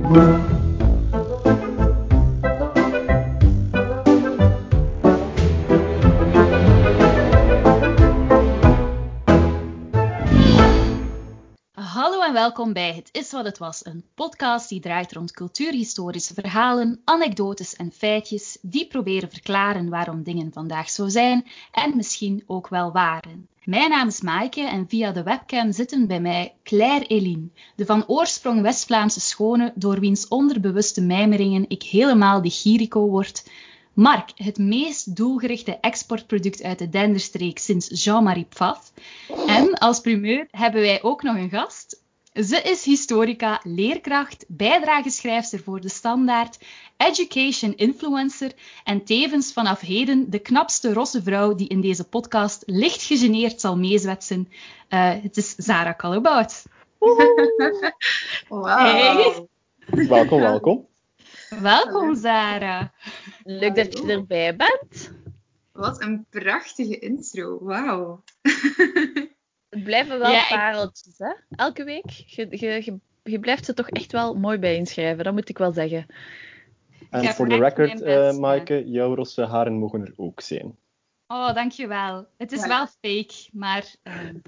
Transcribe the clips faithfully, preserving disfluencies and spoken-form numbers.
Hallo en welkom bij Het is wat het was, een podcast die draait rond cultuurhistorische verhalen, anekdotes en feitjes die proberen verklaren waarom dingen vandaag zo zijn en misschien ook wel waren. Mijn naam is Maaike en via de webcam zitten bij mij Claire Eline, de van oorsprong West-Vlaamse schone, door wiens onderbewuste mijmeringen ik helemaal de Chirico word. Mark, het meest doelgerichte exportproduct uit de Denderstreek sinds Jean-Marie Pfaff. En als primeur hebben wij ook nog een gast. Ze is historica, leerkracht, bijdrageschrijfster voor De Standaard, education influencer en tevens vanaf heden de knapste rosse vrouw die in deze podcast licht gegeneerd zal meezwetsen. Uh, het is Zara Kallebout. Wow. Hey. Welkom, welkom. Welkom, Zara. Leuk dat je erbij bent. Wat een prachtige intro. Wauw. Het blijven wel Ja, pareltjes, hè? Elke week. Je, je, je, je blijft ze toch echt wel mooi bij inschrijven, dat moet ik wel zeggen. En voor de record, uh, Maaike, jouw rosse haren mogen er ook zijn. Oh, dankjewel. Het is Ja. wel fake, maar... Um...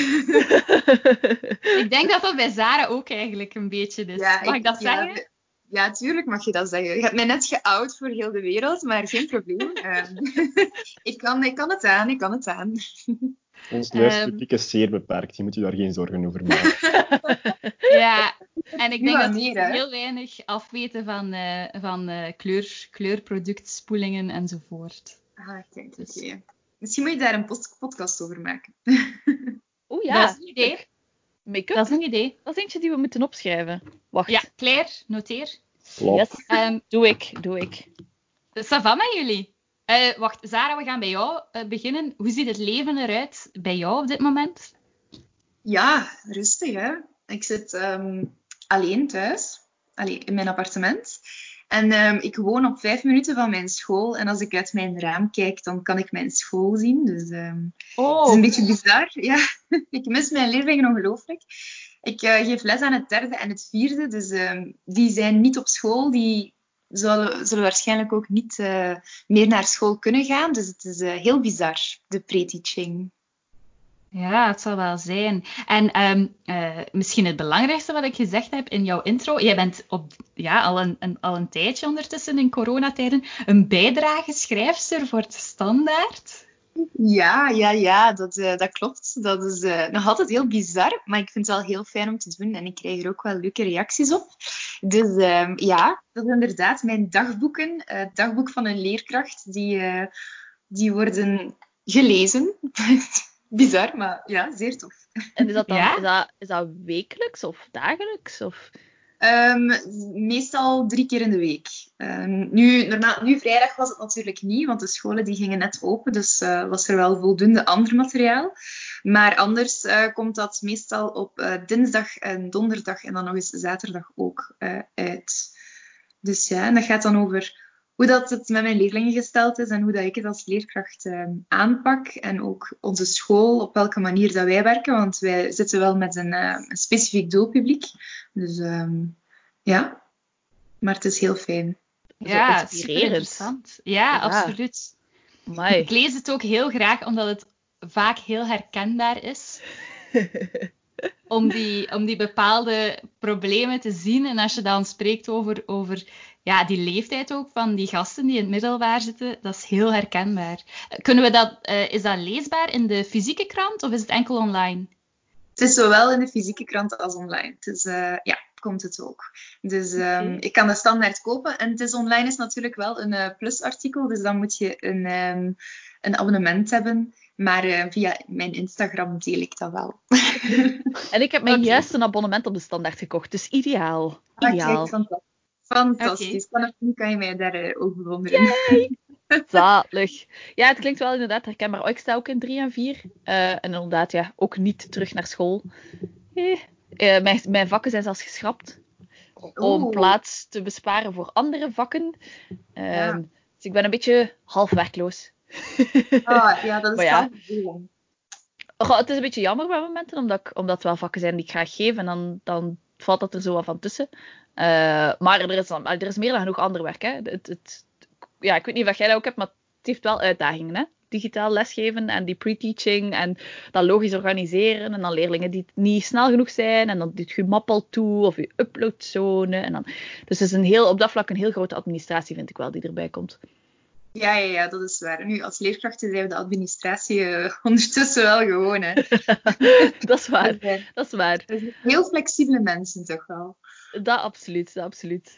ik denk dat dat bij Zara ook eigenlijk een beetje is. Ja, Mag ik, ik dat ja, zeggen? Ja, tuurlijk mag je dat zeggen. Je hebt mij net geout voor heel de wereld, maar geen probleem. um, ik, kan, ik kan het aan, ik kan het aan. Ons luisterpubliek is zeer beperkt. Je moet je daar geen zorgen over maken. Ja, en ik denk Ja, dat meer, we hè? heel weinig afweten van, uh, van uh, kleur, kleurproductspoelingen enzovoort. Ah, kijk, oké. Okay. Misschien moet je daar een post- podcast over maken. Oeh ja, dat is een idee. Make-up. Dat is een idee. Dat is eentje die we moeten opschrijven. Wacht. Ja, Claire, noteer. Yes. Um, doe ik, doe ik. Ça va met jullie? Uh, wacht, Zara, we gaan bij jou uh, beginnen. Hoe ziet het leven eruit bij jou op dit moment? Ja, rustig hè. Ik zit um, alleen thuis, allee, in mijn appartement. En um, ik woon op vijf minuten van mijn school. En als ik uit mijn raam kijk, dan kan ik mijn school zien. Dus um, oh. het is een beetje bizar. Ja, ik mis mijn leerlingen ongelooflijk. Ik uh, geef les aan het derde en het vierde. Dus um, die zijn niet op school. Die zullen, zullen waarschijnlijk ook niet uh, meer naar school kunnen gaan. Dus het is uh, heel bizar, de pre-teaching. Ja, het zal wel zijn. En um, uh, misschien het belangrijkste wat ik gezegd heb in jouw intro. Jij bent op, ja, al, een, een, al een tijdje ondertussen in coronatijden een bijdrageschrijfster voor De Standaard. Ja, ja, ja, dat, uh, dat klopt. Dat is uh, nog altijd heel bizar, maar ik vind het wel heel fijn om te doen. En ik krijg er ook wel leuke reacties op. Dus uh, ja, dat is inderdaad mijn dagboeken. Uh, het dagboek van een leerkracht, die, uh, die worden gelezen. Bizar, maar ja, zeer tof. En is dat dan Ja? is dat, is dat wekelijks of dagelijks? Of? Um, meestal drie keer in de week. Um, nu, normaal, nu vrijdag was het natuurlijk niet, want de scholen die gingen net open, dus uh, was er wel voldoende ander materiaal. Maar anders uh, komt dat meestal op uh, dinsdag en donderdag en dan nog eens zaterdag ook uh, uit. Dus ja, en dat gaat dan over hoe dat het met mijn leerlingen gesteld is en hoe dat ik het als leerkracht uh, aanpak. En ook onze school, op welke manier dat wij werken, want wij zitten wel met een, uh, een specifiek doelpubliek. Dus um, ja, maar het is heel fijn. Ja, super interessant. Ja, ja, absoluut. Amai. Ik lees het ook heel graag, omdat het vaak heel herkenbaar is. om, die, om die bepaalde problemen te zien. En als je dan spreekt over, over ja, die leeftijd ook van die gasten die in het middelbaar zitten, dat is heel herkenbaar. Kunnen we dat, uh, is dat leesbaar in de fysieke krant of is het enkel online? Het is zowel in de fysieke krant als online. Dus uh, ja, komt het ook. Dus um, okay. Ik kan de standaard kopen. En het is online is natuurlijk wel een uh, plusartikel. Dus dan moet je een, um, een abonnement hebben. Maar uh, via mijn Instagram deel ik dat wel. En ik heb mij okay. juist een abonnement op de standaard gekocht. Dus ideaal. ideaal. Ah, kijk, fantastisch. Fantastisch. Okay. Vanaf nu kan je mij daar uh, ook bewonderen. Zalig. Ja, het klinkt wel inderdaad herkenbaar. Oh, ik sta ook in drie en vier. Uh, en inderdaad, ja, ook niet terug naar school. Eh. Uh, mijn, mijn vakken zijn zelfs geschrapt. Om Oeh. plaats te besparen voor andere vakken. Uh, Ja. Dus ik ben een beetje half werkloos. Ah, ja, dat is ja. wel oh, het is een beetje jammer bij momenten, omdat, ik, omdat het wel vakken zijn die ik graag geef. En dan, dan valt dat er zo wat van tussen. Uh, maar er is, er is meer dan genoeg ander werk. Hè. Het, het, ja, ik weet niet of jij dat ook hebt, maar het heeft wel uitdagingen. Hè. Digitaal lesgeven en die pre-teaching en dat logisch organiseren. En dan leerlingen die niet snel genoeg zijn. En dan doet je map al toe of je uploadzone. En dan... Dus het is een heel, op dat vlak een heel grote administratie, vind ik wel, die erbij komt. Ja, ja, ja, dat is waar. Nu, als leerkrachten zijn we de administratie uh, ondertussen wel gewoon. Hè. Dat is waar, dus, uh, dat is waar. Heel flexibele mensen toch wel. Dat absoluut, dat absoluut.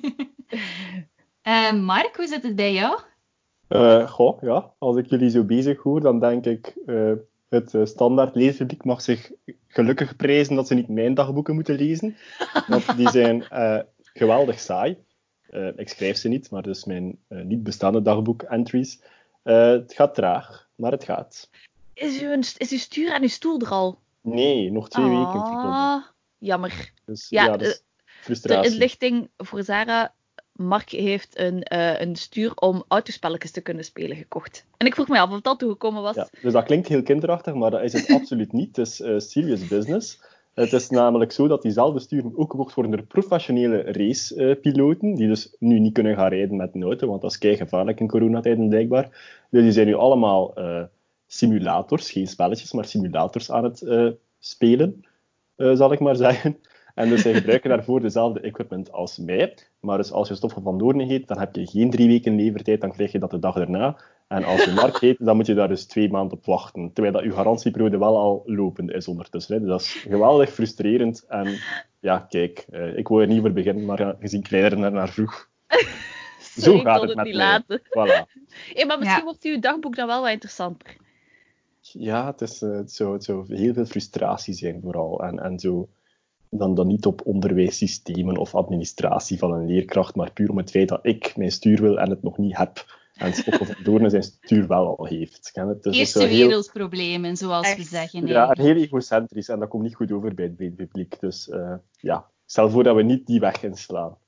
uh, Mark, hoe zit het bij jou? Uh, goh, ja. Als ik jullie zo bezig hoor, dan denk ik... Uh, het uh, standaard leespubliek mag zich gelukkig prijzen dat ze niet mijn dagboeken moeten lezen. Want die zijn uh, geweldig saai. Uh, ik schrijf ze niet, maar dus mijn uh, niet bestaande dagboek-entries. Uh, het gaat traag, maar het gaat. Is uw, is uw stuur aan uw stoel er al? Nee, nog twee ah, weken. Verdomme. Jammer. Dus ja, ja, dat is frustratie. De inlichting voor Sarah. Mark heeft een, uh, een stuur om autospelletjes te kunnen spelen gekocht. En ik vroeg me af of dat toegekomen was. Ja, dus dat klinkt heel kinderachtig, maar dat is het absoluut niet. Het is uh, serious business. Het is namelijk zo dat diezelfde sturen ook gekocht worden door professionele racepiloten, die dus nu niet kunnen gaan rijden met een auto, want dat is keigevaarlijk in coronatijden blijkbaar. Dus die zijn nu allemaal uh, simulators, geen spelletjes, maar simulators aan het uh, spelen, uh, zal ik maar zeggen. En dus zij gebruiken daarvoor dezelfde equipment als mij. Maar dus als je Stoffel van Doornen heet, dan heb je geen drie weken levertijd, dan krijg je dat de dag erna. En als je Mark heet, dan moet je daar dus twee maanden op wachten. Terwijl dat je garantieperiode wel al lopend is ondertussen. Hè. Dus dat is geweldig frustrerend. En ja, kijk, uh, ik wil er niet voor beginnen, maar uh, gezien Kleider er naar vroeg. Sorry, Zo gaat het het met niet mij. laten. Voilà. Hey, maar misschien Ja. wordt uw dagboek dan wel wat interessanter. Ja, het, is, uh, het, zou, het zou heel veel frustratie zijn vooral. En, en zo... Dan, dan niet op onderwijssystemen of administratie van een leerkracht, maar puur om het feit dat ik mijn stuur wil en het nog niet heb. En Stoffel van Doornen zijn stuur wel al heeft. Het dus Eerste heel, wereldproblemen, zoals echt, we zeggen. Ja, eigenlijk. en heel egocentrisch. En dat komt niet goed over bij het brede publiek. Dus uh, ja, stel voor dat we niet die weg inslaan.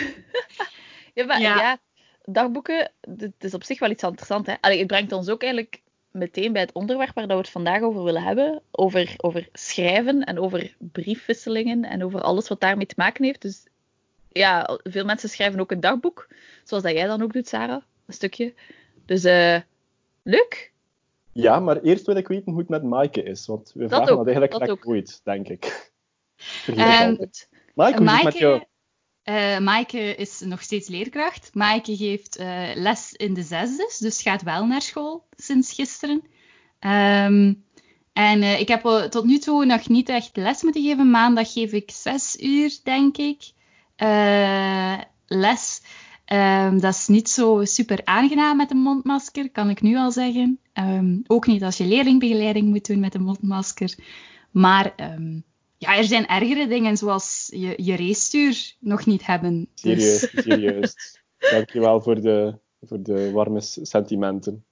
ja, maar Ja. ja, dagboeken, het is op zich wel iets interessants. Hè? Allee, het brengt ons ook eigenlijk meteen bij het onderwerp waar we het vandaag over willen hebben. Over, over schrijven en over briefwisselingen en over alles wat daarmee te maken heeft. Dus ja, veel mensen schrijven ook een dagboek. Zoals dat jij dan ook doet, Sarah. Een stukje. Dus uh, leuk. Ja, maar eerst wil ik weten hoe het met Maaike is. Want we Dat vragen ook, dat eigenlijk dat direct ook. ooit, denk ik. Vergeet ik Um, altijd. Maaike, hoe is het met jou? Uh, Maaike is nog steeds leerkracht. Maaike geeft uh, les in de zesde, dus gaat wel naar school sinds gisteren. Um, en uh, ik heb uh, tot nu toe nog niet echt les moeten geven. Maandag geef ik zes uur, denk ik, uh, les. Um, dat is niet zo super aangenaam met een mondmasker, kan ik nu al zeggen. Um, ook niet als je leerlingbegeleiding moet doen met een mondmasker. Maar... Um, Ja, er zijn ergere dingen, zoals je, je racestuur nog niet hebben. Dus. Serieus, serieus. Dankjewel voor de, voor de warme sentimenten.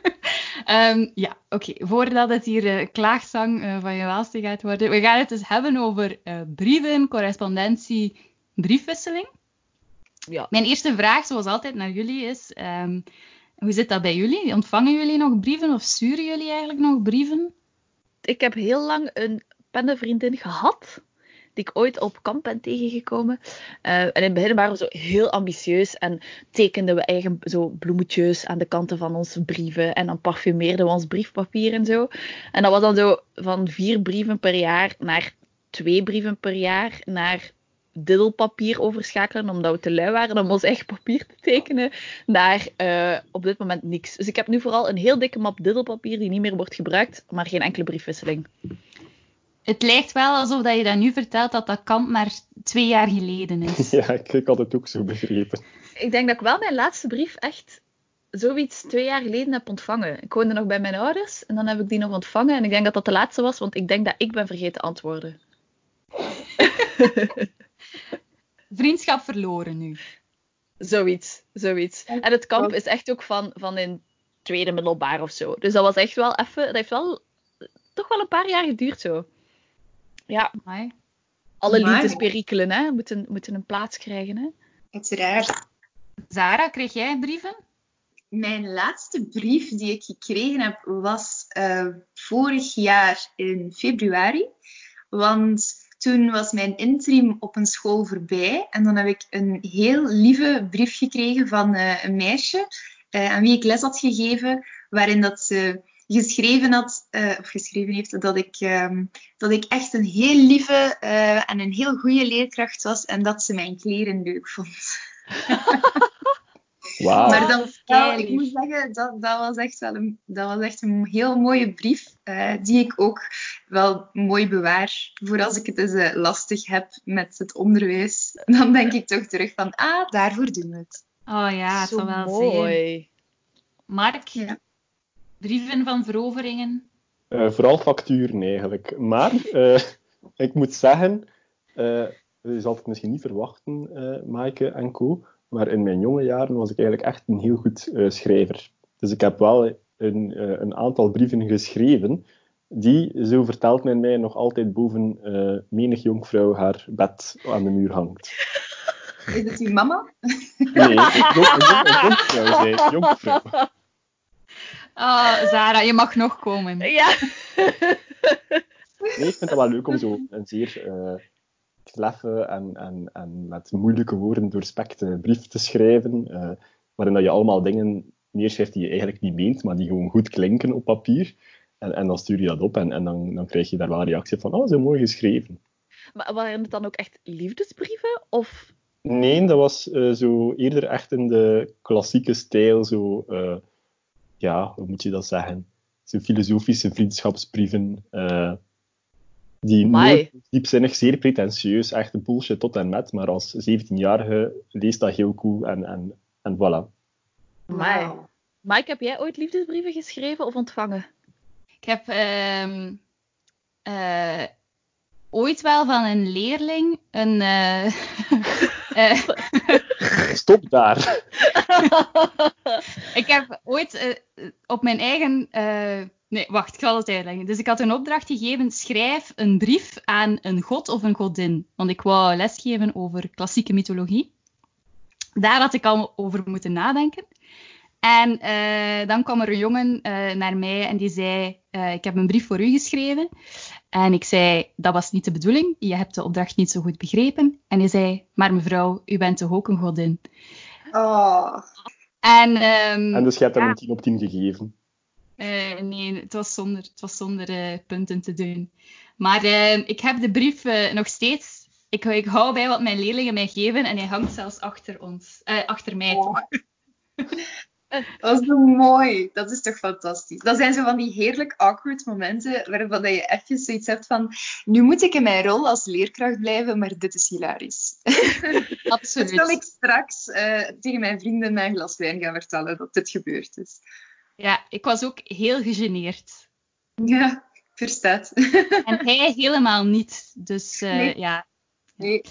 um, ja, oké. Okay. Voordat het hier uh, klaagzang uh, van je welste gaat worden. We gaan het dus hebben over uh, brieven, correspondentie, briefwisseling. Ja. Mijn eerste vraag, zoals altijd, naar jullie is... Um, hoe zit dat bij jullie? Ontvangen jullie nog brieven of sturen jullie eigenlijk nog brieven? Ik heb heel lang een pennenvriendin gehad, die ik ooit op kamp ben tegengekomen. Uh, en in het begin waren we zo heel ambitieus en tekenden we eigen zo bloemetjes aan de kanten van onze brieven en dan parfumeerden we ons briefpapier en zo. En dat was dan zo van vier brieven per jaar naar twee brieven per jaar naar diddelpapier overschakelen, omdat we te lui waren om ons eigen papier te tekenen, naar uh, op dit moment niks. Dus ik heb nu vooral een heel dikke map diddelpapier die niet meer wordt gebruikt, maar geen enkele briefwisseling. Het lijkt wel alsof dat je dat nu vertelt dat dat kamp maar twee jaar geleden is. Ja, ik, ik had het ook zo begrepen. Ik denk dat ik wel mijn laatste brief echt zoiets twee jaar geleden heb ontvangen. Ik woonde nog bij mijn ouders en dan heb ik die nog ontvangen. En ik denk dat dat de laatste was, want ik denk dat ik ben vergeten antwoorden. Vriendschap verloren nu. Zoiets, zoiets. En het kamp is echt ook van, van in tweede middelbaar of zo. Dus dat was echt wel even... Dat heeft wel toch wel een paar jaar geduurd zo. Ja. Amai. Alle Amai. liefdesperikelen, hè, moeten, moeten een plaats krijgen, hè. Uiteraard. Sarah, kreeg jij brieven? Mijn laatste brief die ik gekregen heb was uh, vorig jaar in februari. Want Toen was mijn interim op een school voorbij. En dan heb ik een heel lieve brief gekregen van uh, een meisje uh, aan wie ik les had gegeven, waarin dat ze geschreven had, uh, of geschreven heeft, dat ik, um, dat ik echt een heel lieve uh, en een heel goede leerkracht was en dat ze mijn kleren leuk vond. Wauw. Maar dan, wel, ik moet zeggen, dat, dat, was echt wel een, dat was echt een heel mooie brief, uh, die ik ook wel mooi bewaar voor als ik het eens uh, lastig heb met het onderwijs. Dan denk ik toch terug van, ah, daarvoor doen we het. Oh ja, het Zo zal wel mooi. zijn. Mark, Ja. brieven van veroveringen? Uh, vooral facturen eigenlijk. Maar uh, ik moet zeggen, uh, je zal het misschien niet verwachten, uh, Maaike en co, maar in mijn jonge jaren was ik eigenlijk echt een heel goed uh, schrijver. Dus ik heb wel een, uh, een aantal brieven geschreven die, zo vertelt men mij, nog altijd boven uh, menig jonkvrouw haar bed aan de muur hangt. Is het uw mama? Nee, een jonkvrouw, zei ik. Jonkvrouw. Oh, Zara, je mag nog komen. Ja. Nee, ik vind het wel leuk om zo een zeer uh, kleffe en, en, en met moeilijke woorden doorspekte brief te schrijven, uh, waarin dat je allemaal dingen neerschrijft die je eigenlijk niet meent, maar die gewoon goed klinken op papier. En, en dan stuur je dat op en, en dan, dan krijg je daar wel een reactie van, oh, zo mooi geschreven. Maar waren het dan ook echt liefdesbrieven? Of... Nee, dat was uh, zo eerder echt in de klassieke stijl, zo... Uh, ja, hoe moet je dat zeggen? Zo filosofische vriendschapsbrieven, uh, die Amai. nooit diepzinnig, zeer pretentieus, echt een bullshit tot en met, maar als zeventienjarige leest dat heel cool en, en, en voilà. Amai. Wauw. Mike, heb jij ooit liefdesbrieven geschreven of ontvangen? Ik heb um, uh, ooit wel van een leerling een... Uh, uh, Stop daar. Ik heb ooit uh, op mijn eigen... Uh, nee, wacht, ik zal het uitleggen. Dus ik had een opdracht gegeven, schrijf een brief aan een god of een godin. Want ik wou lesgeven over klassieke mythologie. Daar had ik al over moeten nadenken. En uh, dan kwam er een jongen uh, naar mij en die zei, uh, ik heb een brief voor u geschreven. En ik zei, dat was niet de bedoeling, je hebt de opdracht niet zo goed begrepen. En hij zei, maar mevrouw, u bent toch ook een godin? Oh. En, um, en dus je hebt hem ja. een tien op tien gegeven? Uh, nee, het was zonder, het was zonder uh, punten te doen. Maar uh, ik heb de brief uh, nog steeds... Ik, ik hou bij wat mijn leerlingen mij geven en hij hangt zelfs achter ons. Uh, achter mij Oh. toch. Dat is zo mooi. Dat is toch fantastisch. Dat zijn zo van die heerlijk awkward momenten waarvan je even zoiets hebt van nu moet ik in mijn rol als leerkracht blijven, maar dit is hilarisch. Absoluut. Dat zal ik straks uh, tegen mijn vrienden mijn glas wijn gaan vertellen dat dit gebeurd is. Ja, ik was ook heel gegeneerd. Ja, verstaat. En hij helemaal niet. Dus uh, nee. ja. Nee.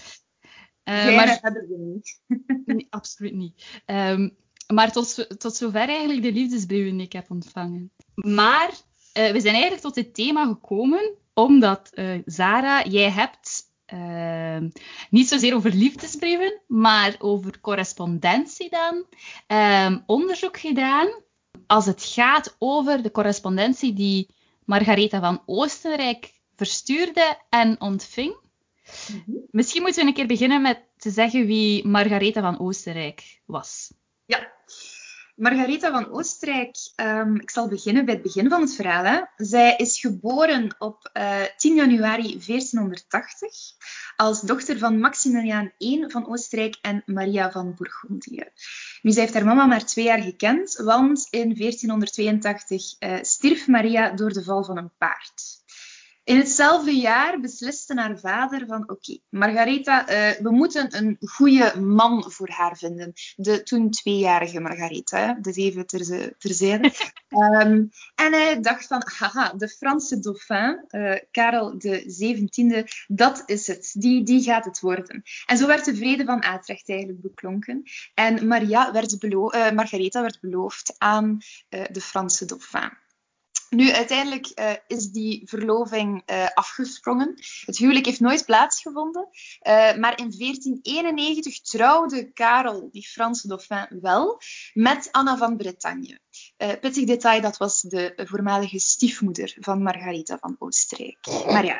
Uh, maar hebben we niet. nee, absoluut niet. Um, maar tot, tot zover eigenlijk de liefdesbrieven die ik heb ontvangen. Maar uh, we zijn eigenlijk tot dit thema gekomen omdat, uh, Zara, jij hebt uh, niet zozeer over liefdesbrieven, maar over correspondentie dan um, onderzoek gedaan. Als het gaat over de correspondentie die Margaretha van Oostenrijk verstuurde en ontving. Mm-hmm. Misschien moeten we een keer beginnen met te zeggen wie Margaretha van Oostenrijk was. Ja, Margaretha van Oostenrijk, um, ik zal beginnen bij het begin van het verhaal. Hè. Zij is geboren op uh, tien januari veertienhonderdtachtig als dochter van Maximiliaan de Eerste van Oostenrijk en Maria van Bourgondië. Nu, zij heeft haar mama maar twee jaar gekend, want in veertienhonderdtweeëntachtig uh, stierf Maria door de val van een paard. In hetzelfde jaar besliste haar vader van oké, okay, Margaretha, uh, we moeten een goede man voor haar vinden. De toen tweejarige Margaretha, dus even terze, terzijde. um, en hij dacht van, haha, de Franse dauphin, uh, Karel de zeventiende, dat is het. Die, die gaat het worden. En zo werd de vrede van Atrecht eigenlijk beklonken. En Maria werd belo- uh, Margaretha werd beloofd aan uh, de Franse dauphin. Nu, uiteindelijk uh, is die verloving uh, afgesprongen. Het huwelijk heeft nooit plaatsgevonden. Uh, maar in veertien eenennegentig trouwde Karel, die Franse dauphin, wel met Anna van Bretagne. Uh, pittig detail, dat was de voormalige stiefmoeder van Margaretha van Oostenrijk. Maar ja,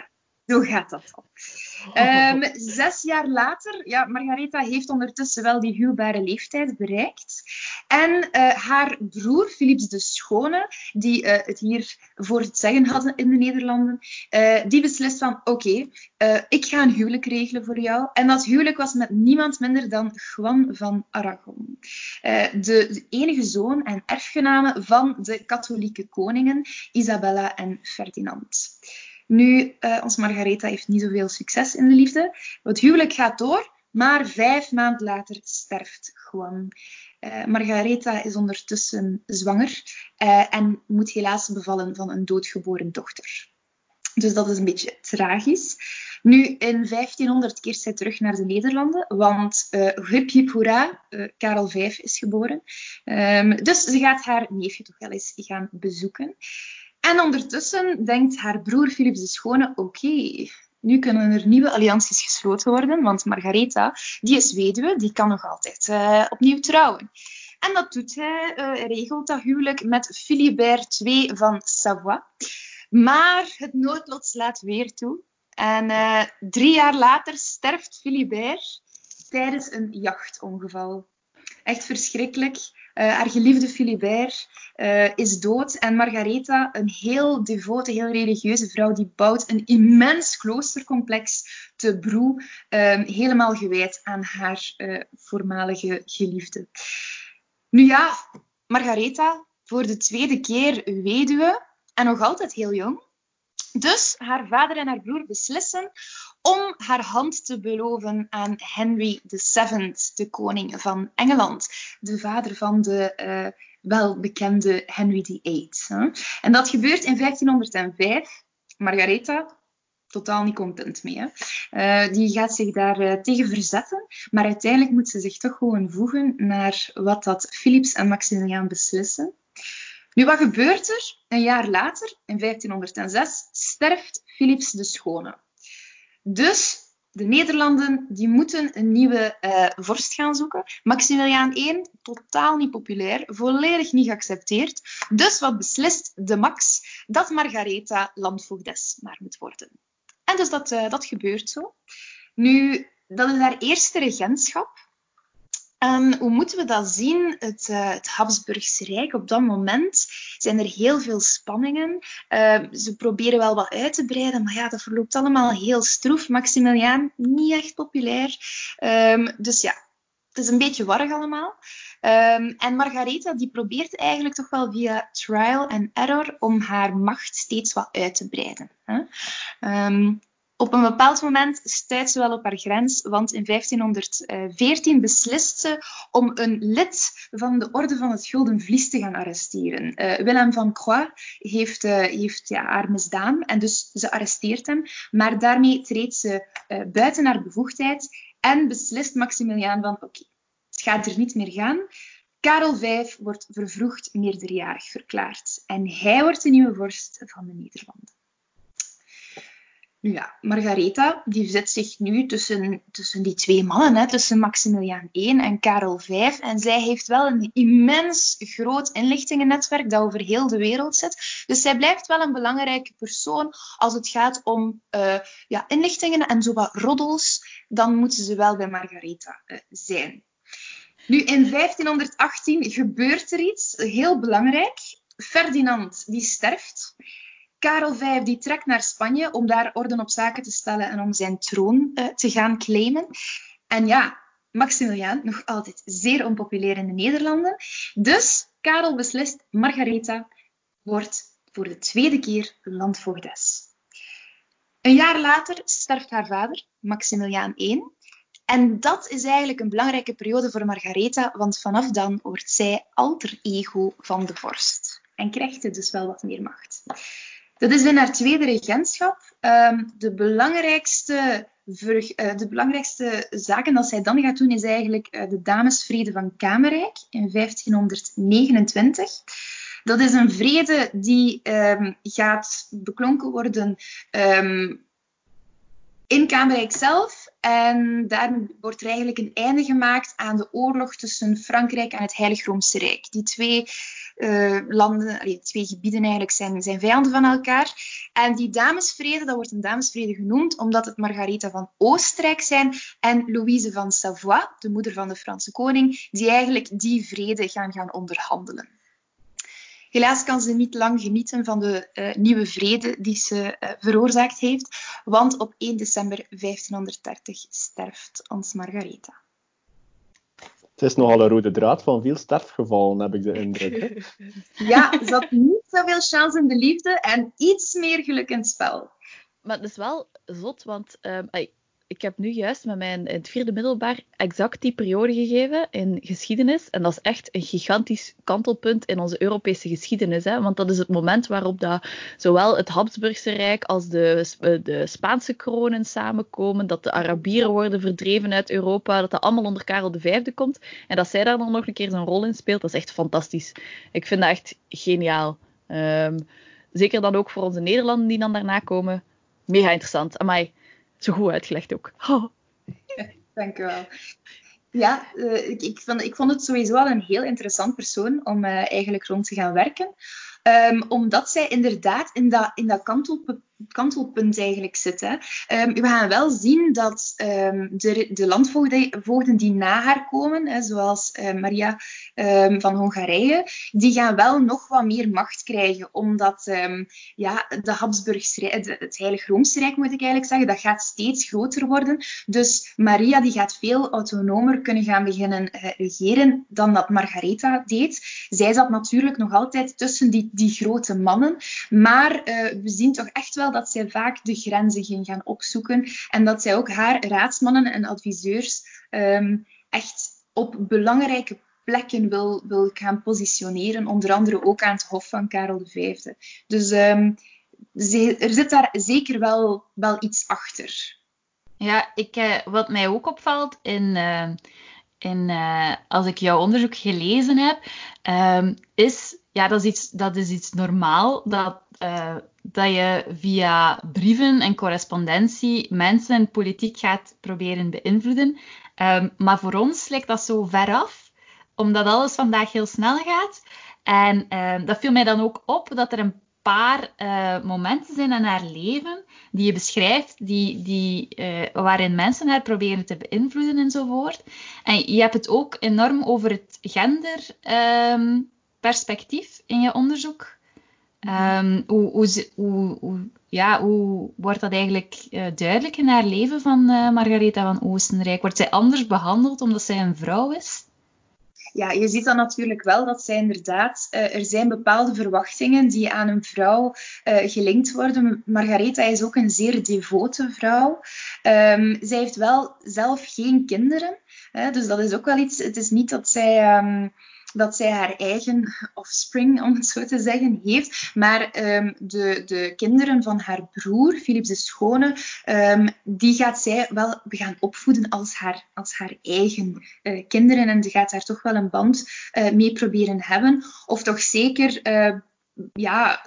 Zo gaat dat dan. Um, zes jaar later, ja, Margaretha heeft ondertussen wel die huwbare leeftijd bereikt. En uh, haar broer, Philips de Schone, die uh, het hier voor het zeggen had in de Nederlanden, uh, die beslist van, oké, okay, uh, ik ga een huwelijk regelen voor jou. En dat huwelijk was met niemand minder dan Juan van Aragon. Uh, de, de enige zoon en erfgename van de katholieke koningen, Isabella en Ferdinand. Nu, uh, ons Margaretha heeft niet zoveel succes in de liefde. Het huwelijk gaat door, maar vijf maanden later sterft Juan. Uh, Margaretha is ondertussen zwanger uh, en moet helaas bevallen van een doodgeboren dochter. Dus dat is een beetje tragisch. Nu, in vijftienhonderd keert zij terug naar de Nederlanden, want uh, hip hip hoera, uh, Karel vijf is geboren. Um, dus ze gaat haar neefje toch wel eens gaan bezoeken. En ondertussen denkt haar broer Philips de Schone, oké, okay, nu kunnen er nieuwe allianties gesloten worden, want Margaretha, die is weduwe, die kan nog altijd uh, opnieuw trouwen. En dat doet hij, uh, regelt dat huwelijk met Philibert de Tweede van Savoie. Maar het noodlot slaat weer toe. En uh, drie jaar later sterft Philibert tijdens een jachtongeval. Echt verschrikkelijk. Uh, haar geliefde Philibert uh, is dood. En Margaretha, een heel devote, heel religieuze vrouw, die bouwt een immens kloostercomplex te Brou, uh, helemaal gewijd aan haar uh, voormalige geliefde. Nu ja, Margaretha, voor de tweede keer weduwe en nog altijd heel jong. Dus haar vader en haar broer beslissen om haar hand te beloven aan Henry de Zevende, de koning van Engeland. De vader van de uh, welbekende Henry de Achtste. En dat gebeurt in vijftienhonderdvijf. Margaretha, totaal niet content mee. Hè. Uh, die gaat zich daar uh, tegen verzetten. Maar uiteindelijk moet ze zich toch gewoon voegen naar wat dat Philips en Maximiliaan beslissen. Nu, wat gebeurt er? Een jaar later, in vijftienhonderdzes, sterft Philips de Schone. Dus de Nederlanden die moeten een nieuwe uh, vorst gaan zoeken. Maximiliaan de Eerste, totaal niet populair, volledig niet geaccepteerd. Dus wat beslist de Max? Dat Margaretha landvoogdes maar moet worden. En dus dat, uh, dat gebeurt zo. Nu, dat is haar eerste regentschap. Um, hoe moeten we dat zien? Het, uh, het Habsburgse Rijk, op dat moment zijn er heel veel spanningen. Uh, ze proberen wel wat uit te breiden, maar ja, dat verloopt allemaal heel stroef. Maximiliaan, niet echt populair. Um, dus ja, het is een beetje warrig allemaal. Um, en Margaretha die probeert eigenlijk toch wel via trial and error om haar macht steeds wat uit te breiden. Hè? Um, Op een bepaald moment stuit ze wel op haar grens, want in vijftienhonderdveertien beslist ze om een lid van de Orde van het Gulden Vlies te gaan arresteren. Uh, Willem van Croix heeft, uh, heeft ja, haar misdaan en dus ze arresteert hem, maar daarmee treedt ze uh, buiten haar bevoegdheid en beslist Maximiliaan van oké, okay, het gaat er niet meer gaan. Karel vijfde wordt vervroegd meerderjarig verklaard en hij wordt de nieuwe vorst van de Nederlanden. Nu ja, Margaretha die zet zich nu tussen, tussen die twee mannen, hè, tussen Maximiliaan de Eerste en Karel vijfde. En zij heeft wel een immens groot inlichtingennetwerk dat over heel de wereld zit. Dus zij blijft wel een belangrijke persoon als het gaat om uh, ja, inlichtingen en zo wat roddels. Dan moeten ze wel bij Margaretha uh, zijn. Nu, in vijftienhonderdachttien gebeurt er iets heel belangrijk. Ferdinand die sterft. Karel vijfde die trekt naar Spanje om daar orde op zaken te stellen en om zijn troon uh, te gaan claimen. En ja, Maximiliaan, nog altijd zeer onpopulair in de Nederlanden. Dus Karel beslist, Margaretha wordt voor de tweede keer landvoogdes. Een jaar later sterft haar vader, Maximiliaan de Eerste. En dat is eigenlijk een belangrijke periode voor Margaretha, want vanaf dan wordt zij alter ego van de vorst. En krijgt ze dus wel wat meer macht. Dat is in haar tweede regentschap. Um, de, belangrijkste ver, uh, de belangrijkste zaken dat zij dan gaat doen, is eigenlijk uh, de Damesvrede van Kamerijk in vijftienhonderdnegenentwintig. Dat is een vrede die um, gaat beklonken worden um, in Kamerijk zelf En daar wordt er eigenlijk een einde gemaakt aan de oorlog tussen Frankrijk en het Heilig Roomse Rijk. Die twee uh, landen, allee, twee gebieden eigenlijk, zijn, zijn vijanden van elkaar. En die damesvrede, dat wordt een damesvrede genoemd, omdat het Margaretha van Oostenrijk zijn en Louise van Savoie, de moeder van de Franse koning, die eigenlijk die vrede gaan gaan onderhandelen. Helaas kan ze niet lang genieten van de uh, nieuwe vrede die ze uh, veroorzaakt heeft, want op één december vijftienhonderddertig sterft ons Margaretha. Het is nogal een rode draad van veel sterfgevallen, heb ik de indruk. Ja, ze had niet zoveel chance in de liefde en iets meer geluk in het spel. Maar het is wel zot, want um, ik heb nu juist met mijn in het vierde middelbaar exact die periode gegeven in geschiedenis. En dat is echt een gigantisch kantelpunt in onze Europese geschiedenis. Hè? Want dat is het moment waarop dat zowel het Habsburgse Rijk als de, de Spaanse kronen samenkomen. Dat de Arabieren worden verdreven uit Europa. Dat dat allemaal onder Karel de Vijfde komt. En dat zij daar dan nog een keer zijn rol in speelt, dat is echt fantastisch. Ik vind dat echt geniaal. Um, zeker dan ook voor onze Nederlanden die dan daarna komen. Mega interessant. Amai. Zo goed uitgelegd ook. Oh. Ja, dank u wel. Ja, uh, ik, ik, vond, ik vond het sowieso wel een heel interessant persoon om uh, eigenlijk rond te gaan werken. Um, omdat zij inderdaad in dat, in dat kantelpunt, kantelpunt eigenlijk zit. Hè. Um, we gaan wel zien dat um, de, de landvoogden die na haar komen, hè, zoals uh, Maria um, van Hongarije, die gaan wel nog wat meer macht krijgen. Omdat um, ja, de Habsburgse Rijk, het Heilig Roomse Rijk moet ik eigenlijk zeggen, dat gaat steeds groter worden. Dus Maria die gaat veel autonomer kunnen gaan beginnen uh, regeren dan dat Margaretha deed. Zij zat natuurlijk nog altijd tussen die die grote mannen. Maar uh, we zien toch echt wel dat zij vaak de grenzen ging gaan opzoeken. En dat zij ook haar raadsmannen en adviseurs um, echt op belangrijke plekken wil, wil gaan positioneren. Onder andere ook aan het hof van Karel de Vijfde. Dus um, ze, er zit daar zeker wel, wel iets achter. Ja, ik, uh, wat mij ook opvalt in... Uh... En uh, als ik jouw onderzoek gelezen heb, um, is, ja, dat is iets, dat is iets normaal, dat, uh, dat je via brieven en correspondentie mensen en politiek gaat proberen beïnvloeden. Um, maar voor ons lijkt dat zo ver af, omdat alles vandaag heel snel gaat. En uh, dat viel mij dan ook op, dat er een paar uh, momenten zijn in haar leven die je beschrijft, die, die, uh, waarin mensen haar proberen te beïnvloeden enzovoort. En je hebt het ook enorm over het genderperspectief um, in je onderzoek. Um, hoe, hoe, hoe, hoe, ja, hoe wordt dat eigenlijk uh, duidelijk in haar leven van uh, Margaretha van Oostenrijk? Wordt zij anders behandeld omdat zij een vrouw is? Ja, je ziet dan natuurlijk wel dat zij inderdaad... Uh, er zijn bepaalde verwachtingen die aan een vrouw uh, gelinkt worden. Margaretha is ook een zeer devote vrouw. Um, zij heeft wel zelf geen kinderen. Hè, dus dat is ook wel iets... Het is niet dat zij... Um, dat zij haar eigen offspring, om het zo te zeggen, heeft. Maar um, de, de kinderen van haar broer, Philips de Schone, um, die gaat zij wel gaan opvoeden als haar, als haar eigen uh, kinderen. En die gaat daar toch wel een band uh, mee proberen hebben. Of toch zeker... Uh, ja...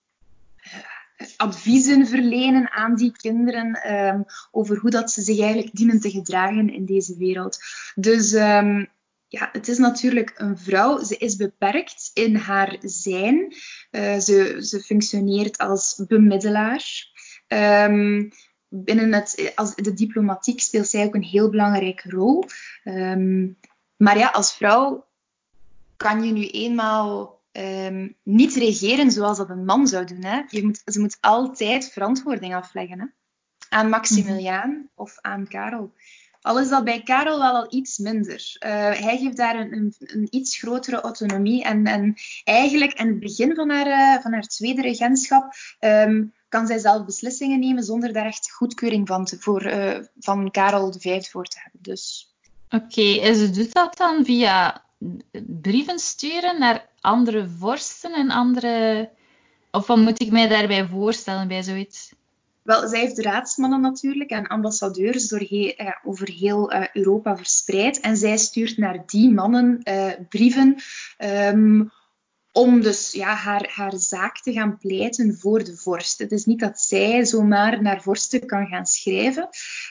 adviezen verlenen aan die kinderen um, over hoe dat ze zich eigenlijk dienen te gedragen in deze wereld. Dus... Um, Ja, het is natuurlijk een vrouw. Ze is beperkt in haar zijn. Uh, ze, ze functioneert als bemiddelaar. Um, binnen het, als de diplomatiek speelt zij ook een heel belangrijke rol. Um, maar ja, als vrouw kan je nu eenmaal um, niet regeren zoals dat een man zou doen. Hè? Je moet, ze moet altijd verantwoording afleggen, hè? Aan Maximiliaan mm-hmm. of aan Karel. Al is dat bij Karel wel al iets minder. Uh, hij geeft daar een, een, een iets grotere autonomie. En, en eigenlijk in het begin van haar, uh, van haar tweede regentschap um, kan zij zelf beslissingen nemen zonder daar echt goedkeuring van, te, voor, uh, van Karel de Vijfde voor te hebben. Dus. Oké, okay, en ze doet dat dan via brieven sturen naar andere vorsten en andere... Of wat moet ik mij daarbij voorstellen bij zoiets? Wel, zij heeft raadsmannen natuurlijk en ambassadeurs door he- ja, over heel uh, Europa verspreid. En zij stuurt naar die mannen uh, brieven um, om dus ja, haar, haar zaak te gaan pleiten voor de vorst. Het is niet dat zij zomaar naar vorsten kan gaan schrijven.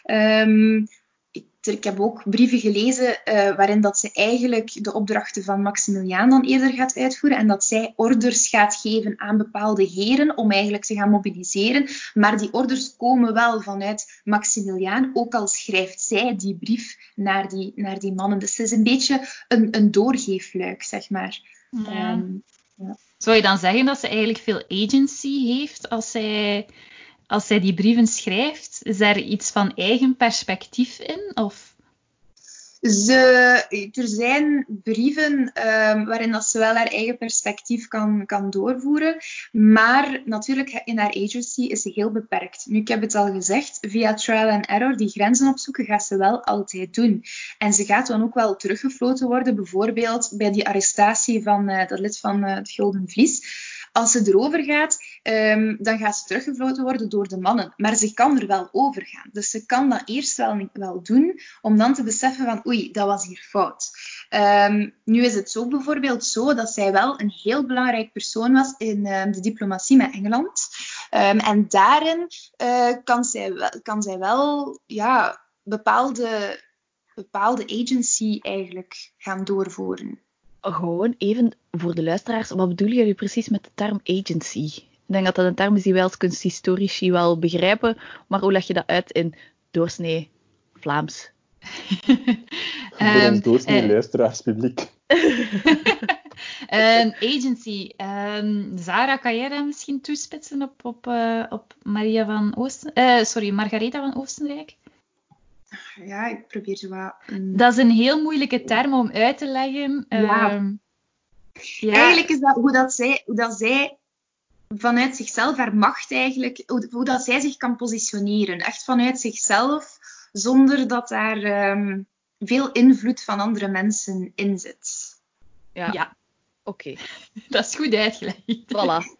Um, ik, ik heb ook brieven gelezen uh, waarin dat ze eigenlijk de opdrachten van Maximiliaan dan eerder gaat uitvoeren en dat zij orders gaat geven aan bepaalde heren om eigenlijk te gaan mobiliseren. Maar die orders komen wel vanuit Maximiliaan, ook al schrijft zij die brief naar die, naar die mannen. Dus het is een beetje een, een doorgeefluik, zeg maar. Ja. Um, ja. Zou je dan zeggen dat ze eigenlijk veel agency heeft als zij, als zij die brieven schrijft? Is daar iets van eigen perspectief in? Of... Ze, er zijn brieven um, waarin dat ze wel haar eigen perspectief kan, kan doorvoeren. Maar natuurlijk, in haar agency is ze heel beperkt. Nu, ik heb het al gezegd, via trial and error, die grenzen opzoeken, gaat ze wel altijd doen. En ze gaat dan ook wel teruggefloten worden, bijvoorbeeld bij die arrestatie van uh, dat lid van uh, het Gulden Vlies. Als ze erover gaat, um, dan gaat ze teruggefloten worden door de mannen. Maar ze kan er wel over gaan. Dus ze kan dat eerst wel, wel doen, om dan te beseffen van oei, dat was hier fout. Um, nu is het ook bijvoorbeeld zo dat zij wel een heel belangrijk persoon was in um, de diplomatie met Engeland. Um, en daarin uh, kan, zij wel, kan zij wel ja, bepaalde, bepaalde agency eigenlijk gaan doorvoeren. Gewoon even voor de luisteraars, wat bedoelen jullie precies met de term agency? Ik denk dat dat een term is die wij als kunsthistorici wel begrijpen, maar hoe leg je dat uit in doorsnee Vlaams? Voor um, ons doorsnee uh, luisteraarspubliek. um, agency. Um, Zara, kan jij dat misschien toespitsen op, op, uh, op Maria van Oosten... Uh, sorry, Margaretha van Oostenrijk? Ja, ik probeer zo wat... Um... Dat is een heel moeilijke term om uit te leggen. Ja. Um, ja. Eigenlijk is dat hoe, dat zij, hoe dat zij vanuit zichzelf haar macht eigenlijk... Hoe, hoe dat zij zich kan positioneren. Echt vanuit zichzelf, zonder dat daar um, veel invloed van andere mensen in zit. Ja, ja. Oké. Okay. Dat is goed uitgelegd. Voilà.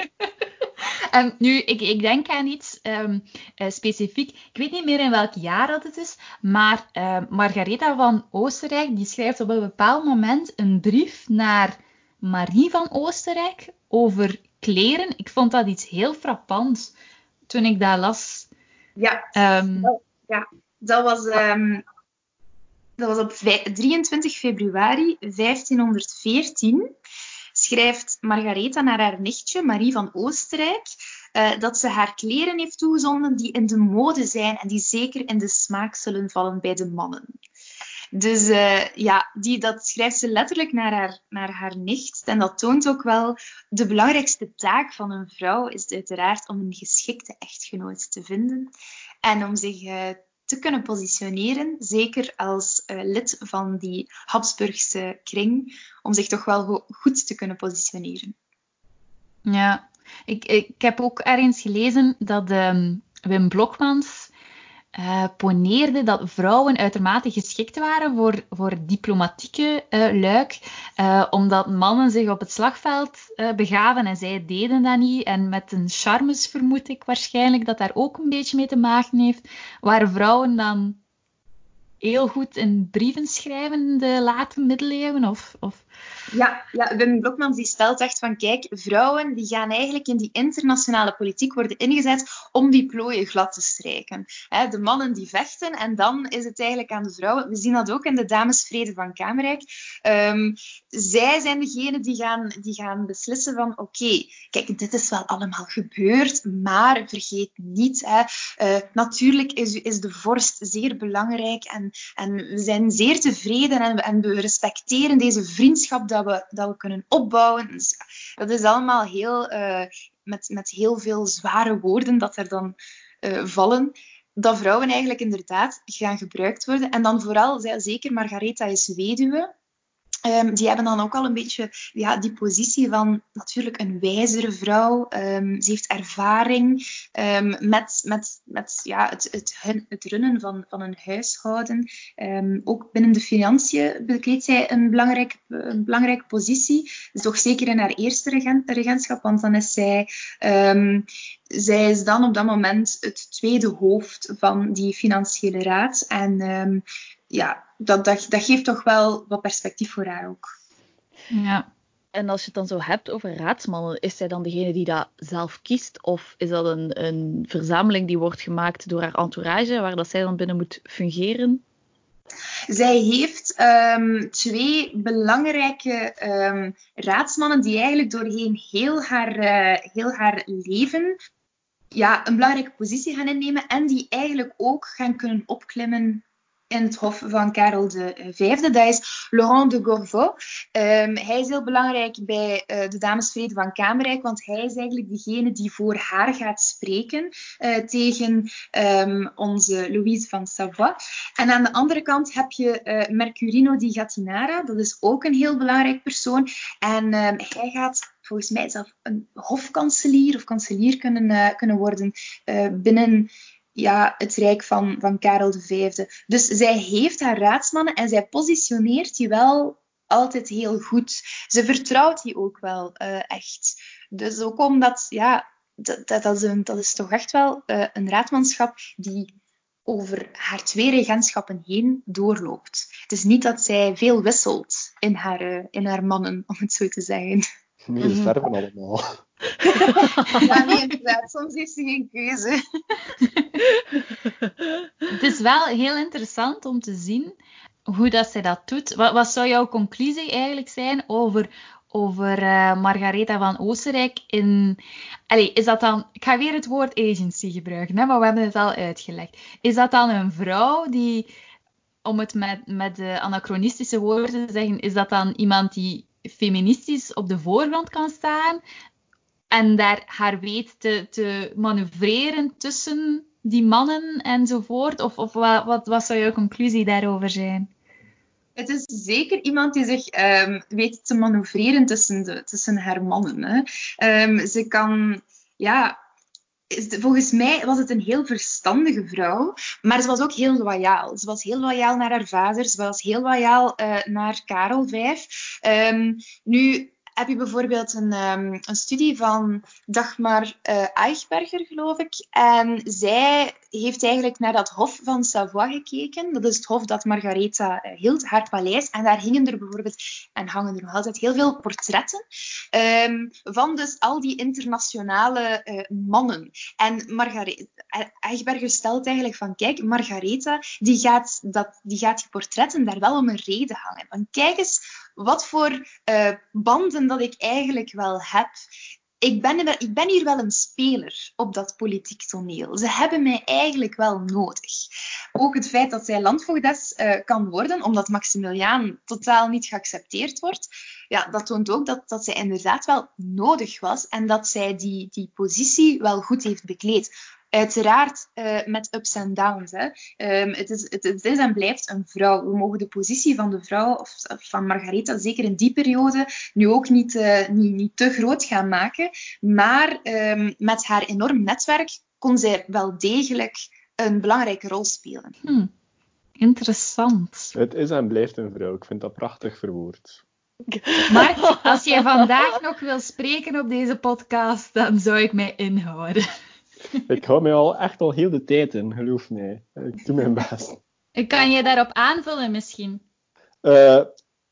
Um, nu, ik, ik denk aan iets um, uh, specifiek. Ik weet niet meer in welk jaar dat het is, maar uh, Margaretha van Oostenrijk die schrijft op een bepaald moment een brief naar Marie van Oostenrijk over kleren. Ik vond dat iets heel frappants toen ik dat las. Ja, um, dat, ja, dat was... Um, dat was op drieëntwintig februari vijftienhonderdveertien. Schrijft Margaretha naar haar nichtje, Marie van Oostenrijk, uh, dat ze haar kleren heeft toegezonden die in de mode zijn en die zeker in de smaak zullen vallen bij de mannen. Dus uh, ja, die, dat schrijft ze letterlijk naar haar, naar haar nicht. En dat toont ook wel, de belangrijkste taak van een vrouw is uiteraard om een geschikte echtgenoot te vinden. En om zich uh, te kunnen positioneren, zeker als uh, lid van die Habsburgse kring, om zich toch wel go- goed te kunnen positioneren. Ja, ik, ik heb ook ergens gelezen dat um, Wim Blokmans uh, poneerde dat vrouwen uitermate geschikt waren voor, voor diplomatieke uh, luik, uh, omdat mannen zich op het slagveld uh, begaven en zij deden dat niet. En met een charmes vermoed ik waarschijnlijk dat daar ook een beetje mee te maken heeft, waren vrouwen dan heel goed in brieven schrijven in de late middeleeuwen? Of, of... Ja, ja, Wim Blokmans die stelt echt van, kijk, vrouwen die gaan eigenlijk in die internationale politiek worden ingezet om die plooien glad te strijken. He, de mannen die vechten en dan is het eigenlijk aan de vrouwen. We zien dat ook in de Damesvrede van Kamerijk. Um, zij zijn degenen die gaan, die gaan beslissen van, oké, okay, kijk, dit is wel allemaal gebeurd, maar vergeet niet, hè, uh, natuurlijk is, is de vorst zeer belangrijk en, en we zijn zeer tevreden en, en we respecteren deze vriendschap dat we, dat we kunnen opbouwen. Dus, dat is allemaal heel, uh, met, met heel veel zware woorden dat er dan uh, vallen. Dat vrouwen eigenlijk inderdaad gaan gebruikt worden. En dan vooral, zeker Margaretha is weduwe. Um, die hebben dan ook al een beetje ja, die positie van natuurlijk een wijzere vrouw. Um, ze heeft ervaring um, met, met, met ja, het, het, het runnen van, van een huishouden. Um, ook binnen de financiën bekleedt zij een, belangrijk, een belangrijke positie. Dus toch zeker in haar eerste regent, regentschap, want dan is zij... Um, zij is dan op dat moment het tweede hoofd van die financiële raad. En... Um, ja, dat, dat, dat geeft toch wel wat perspectief voor haar ook. Ja. En als je het dan zo hebt over raadsmannen, is zij dan degene die dat zelf kiest? Of is dat een, een verzameling die wordt gemaakt door haar entourage, waar dat zij dan binnen moet fungeren? Zij heeft um, twee belangrijke um, raadsmannen die eigenlijk doorheen heel haar, uh, heel haar leven ja, een belangrijke positie gaan innemen en die eigenlijk ook gaan kunnen opklimmen in het hof van Karel de Vijfde. Dat is Laurent de Gorvaux. Um, hij is heel belangrijk bij uh, de Damesvrede van Kamerijk, want hij is eigenlijk degene die voor haar gaat spreken uh, tegen um, onze Louise van Savoie. En aan de andere kant heb je uh, Mercurino di Gattinara. Dat is ook een heel belangrijk persoon. En um, hij gaat volgens mij zelf een hofkanselier of kanselier kunnen, uh, kunnen worden uh, binnen ja, het rijk van, van Karel de Vijfde. Dus zij heeft haar raadsmannen en zij positioneert die wel altijd heel goed. Ze vertrouwt die ook wel uh, echt. Dus ook omdat, ja, dat, dat, dat, is, een, dat is toch echt wel uh, een raadmanschap die over haar twee regentschappen heen doorloopt. Het is niet dat zij veel wisselt in haar, uh, in haar mannen, om het zo te zeggen. Nee, ze sterven allemaal. Ja, nee, inderdaad. Soms heeft ze geen keuze. Het is wel heel interessant om te zien hoe dat zij dat doet. Wat, wat zou jouw conclusie eigenlijk zijn over, over uh, Margaretha van Oostenrijk in... Allee, is dat dan... Ik ga weer het woord agency gebruiken, hè, maar we hebben het al uitgelegd. Is dat dan een vrouw die, om het met, met de anachronistische woorden te zeggen, is dat dan iemand die feministisch op de voorgrond kan staan en daar haar weet te, te manoeuvreren tussen die mannen enzovoort? Of, of wat, wat, wat zou jouw conclusie daarover zijn? Het is zeker iemand die zich um, weet te manoeuvreren tussen, de, tussen haar mannen. Hè. Um, ze kan... Ja, volgens mij was het een heel verstandige vrouw, maar ze was ook heel loyaal. Ze was heel loyaal naar haar vader, ze was heel loyaal uh, naar Karel Vijf. Um, nu... heb je bijvoorbeeld een, um, een studie van Dagmar uh, Eichberger, geloof ik. En zij heeft eigenlijk naar dat hof van Savoie gekeken. Dat is het hof dat Margaretha uh, hield, haar paleis. En daar hingen er bijvoorbeeld, en hangen er nog altijd, heel veel portretten um, van dus al die internationale uh, mannen. En Margaretha, Eichberger stelt eigenlijk van, kijk, Margaretha, die gaat, dat, die gaat die portretten daar wel om een reden hangen. Van, kijk eens wat voor uh, banden dat ik eigenlijk wel heb. Ik ben, ik ben hier wel een speler op dat politiek toneel. Ze hebben mij eigenlijk wel nodig. Ook het feit dat zij landvoogdes uh, kan worden, omdat Maximiliaan totaal niet geaccepteerd wordt, ja, dat toont ook dat, dat zij inderdaad wel nodig was en dat zij die, die positie wel goed heeft bekleed. Uiteraard uh, met ups en downs. Hè. Um, het, is, het, het is en blijft een vrouw. We mogen de positie van de vrouw, of van Margaretha, zeker in die periode, nu ook niet, uh, niet, niet te groot gaan maken. Maar um, met haar enorm netwerk kon zij wel degelijk een belangrijke rol spelen. Hmm. Interessant. Het is en blijft een vrouw. Ik vind dat prachtig verwoord. Maar als jij vandaag nog wil spreken op deze podcast, dan zou ik mij inhouden. Ik hou mij al echt al heel de tijd in, geloof mij. Ik doe mijn best. Kan je daarop aanvullen misschien? Uh,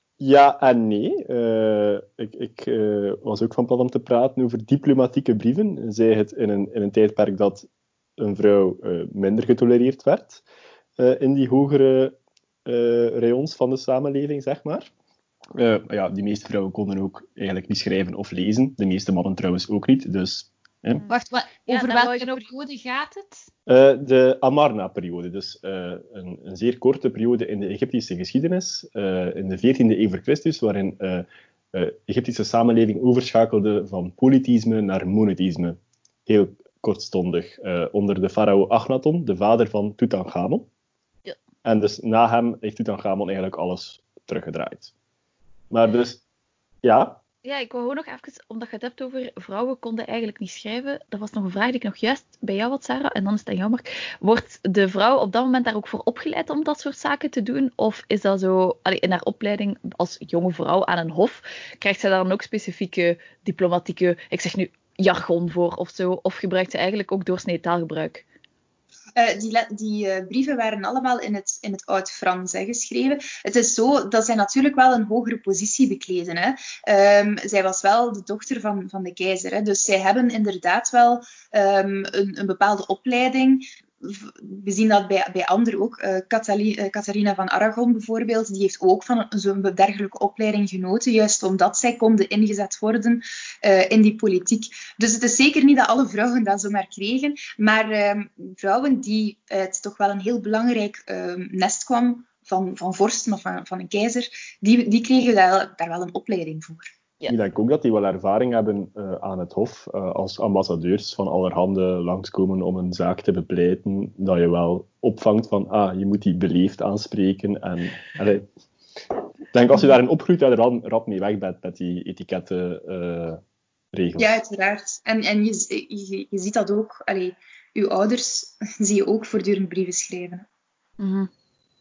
ja en nee. Uh, ik ik uh, was ook van plan om te praten over diplomatieke brieven. Zij het in een, in een tijdperk dat een vrouw uh, minder getolereerd werd. Uh, in die hogere uh, rayons van de samenleving, zeg maar. Uh, ja, die meeste vrouwen konden ook eigenlijk niet schrijven of lezen. De meeste mannen trouwens ook niet, dus... Eh. Wacht, wat, over ja, welke ook... periode gaat het? Uh, de Amarna-periode, dus uh, een, een zeer korte periode in de Egyptische geschiedenis, uh, in de veertiende eeuw voor Christus, waarin uh, uh, Egyptische samenleving overschakelde van polytheïsme naar monotheïsme. Heel kortstondig, uh, onder de farao Akhenaton, de vader van Tutankhamon. Ja. En dus na hem heeft Tutankhamon eigenlijk alles teruggedraaid. Maar dus, ja... Ja, ik wou gewoon nog even, omdat je het hebt over vrouwen konden eigenlijk niet schrijven. Dat was nog een vraag die ik nog juist bij jou had, Sarah, en dan is het aan jou, Mark. Wordt de vrouw op dat moment daar ook voor opgeleid om dat soort zaken te doen? Of is dat zo, allee, in haar opleiding als jonge vrouw aan een hof, krijgt zij daar dan ook specifieke diplomatieke, ik zeg nu, jargon voor of zo? Of gebruikt ze eigenlijk ook doorsnee taalgebruik? Uh, die le- die uh, brieven waren allemaal in het, in het Oud-Frans hè, geschreven. Het is zo dat zij natuurlijk wel een hogere positie bekleden. Hè. Um, zij was wel de dochter van, van de keizer. Hè. Dus zij hebben inderdaad wel um, een, een bepaalde opleiding. We zien dat bij, bij anderen ook. Uh, Catharina van Aragon bijvoorbeeld, die heeft ook van zo'n dergelijke opleiding genoten, juist omdat zij konden ingezet worden uh, in die politiek. Dus het is zeker niet dat alle vrouwen dat zomaar kregen, maar uh, vrouwen die uit toch wel een heel belangrijk uh, nest kwamen van, van vorsten of van, van een keizer, die, die kregen daar, daar wel een opleiding voor. Ja. Ik denk ook dat die wel ervaring hebben uh, aan het hof, uh, als ambassadeurs van allerhande langskomen om een zaak te bepleiten, dat je wel opvangt van, ah, je moet die beleefd aanspreken. En, allee, ik denk als je daarin opgroeit, dat je er al rap mee weg bent met die etiketten uh, regels. Ja, uiteraard. En, en je, je, je ziet dat ook, allee, uw ouders zie je ook voortdurend brieven schrijven. Mm-hmm.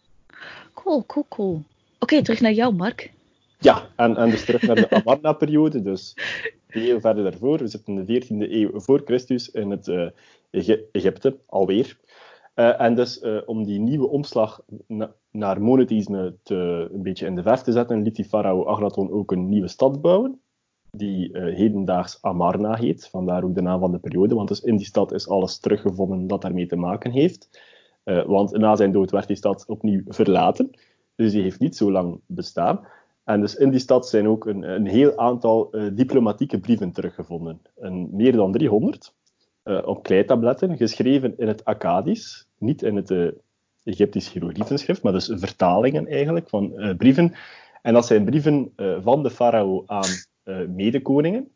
Cool, cool, cool. Oké, okay, terug naar jou, Mark. Ja, en, en dus terug naar de Amarna-periode, dus een eeuw verder daarvoor. We zitten in de veertiende eeuw voor Christus in het uh, Egy- Egypte, alweer. Uh, en dus uh, om die nieuwe omslag na- naar monotheïsme te, een beetje in de verf te zetten, liet die farao Agnaton ook een nieuwe stad bouwen, die uh, hedendaags Amarna heet, vandaar ook de naam van de periode, want dus in die stad is alles teruggevonden dat daarmee te maken heeft. Uh, want na zijn dood werd die stad opnieuw verlaten, dus die heeft niet zo lang bestaan. En dus in die stad zijn ook een, een heel aantal uh, diplomatieke brieven teruggevonden. Een, meer dan driehonderd, uh, op kleitabletten, geschreven in het Akkadisch. Niet in het uh, Egyptisch hieroglyphenschrift, maar dus vertalingen eigenlijk van uh, brieven. En dat zijn brieven uh, van de farao aan uh, medekoningen.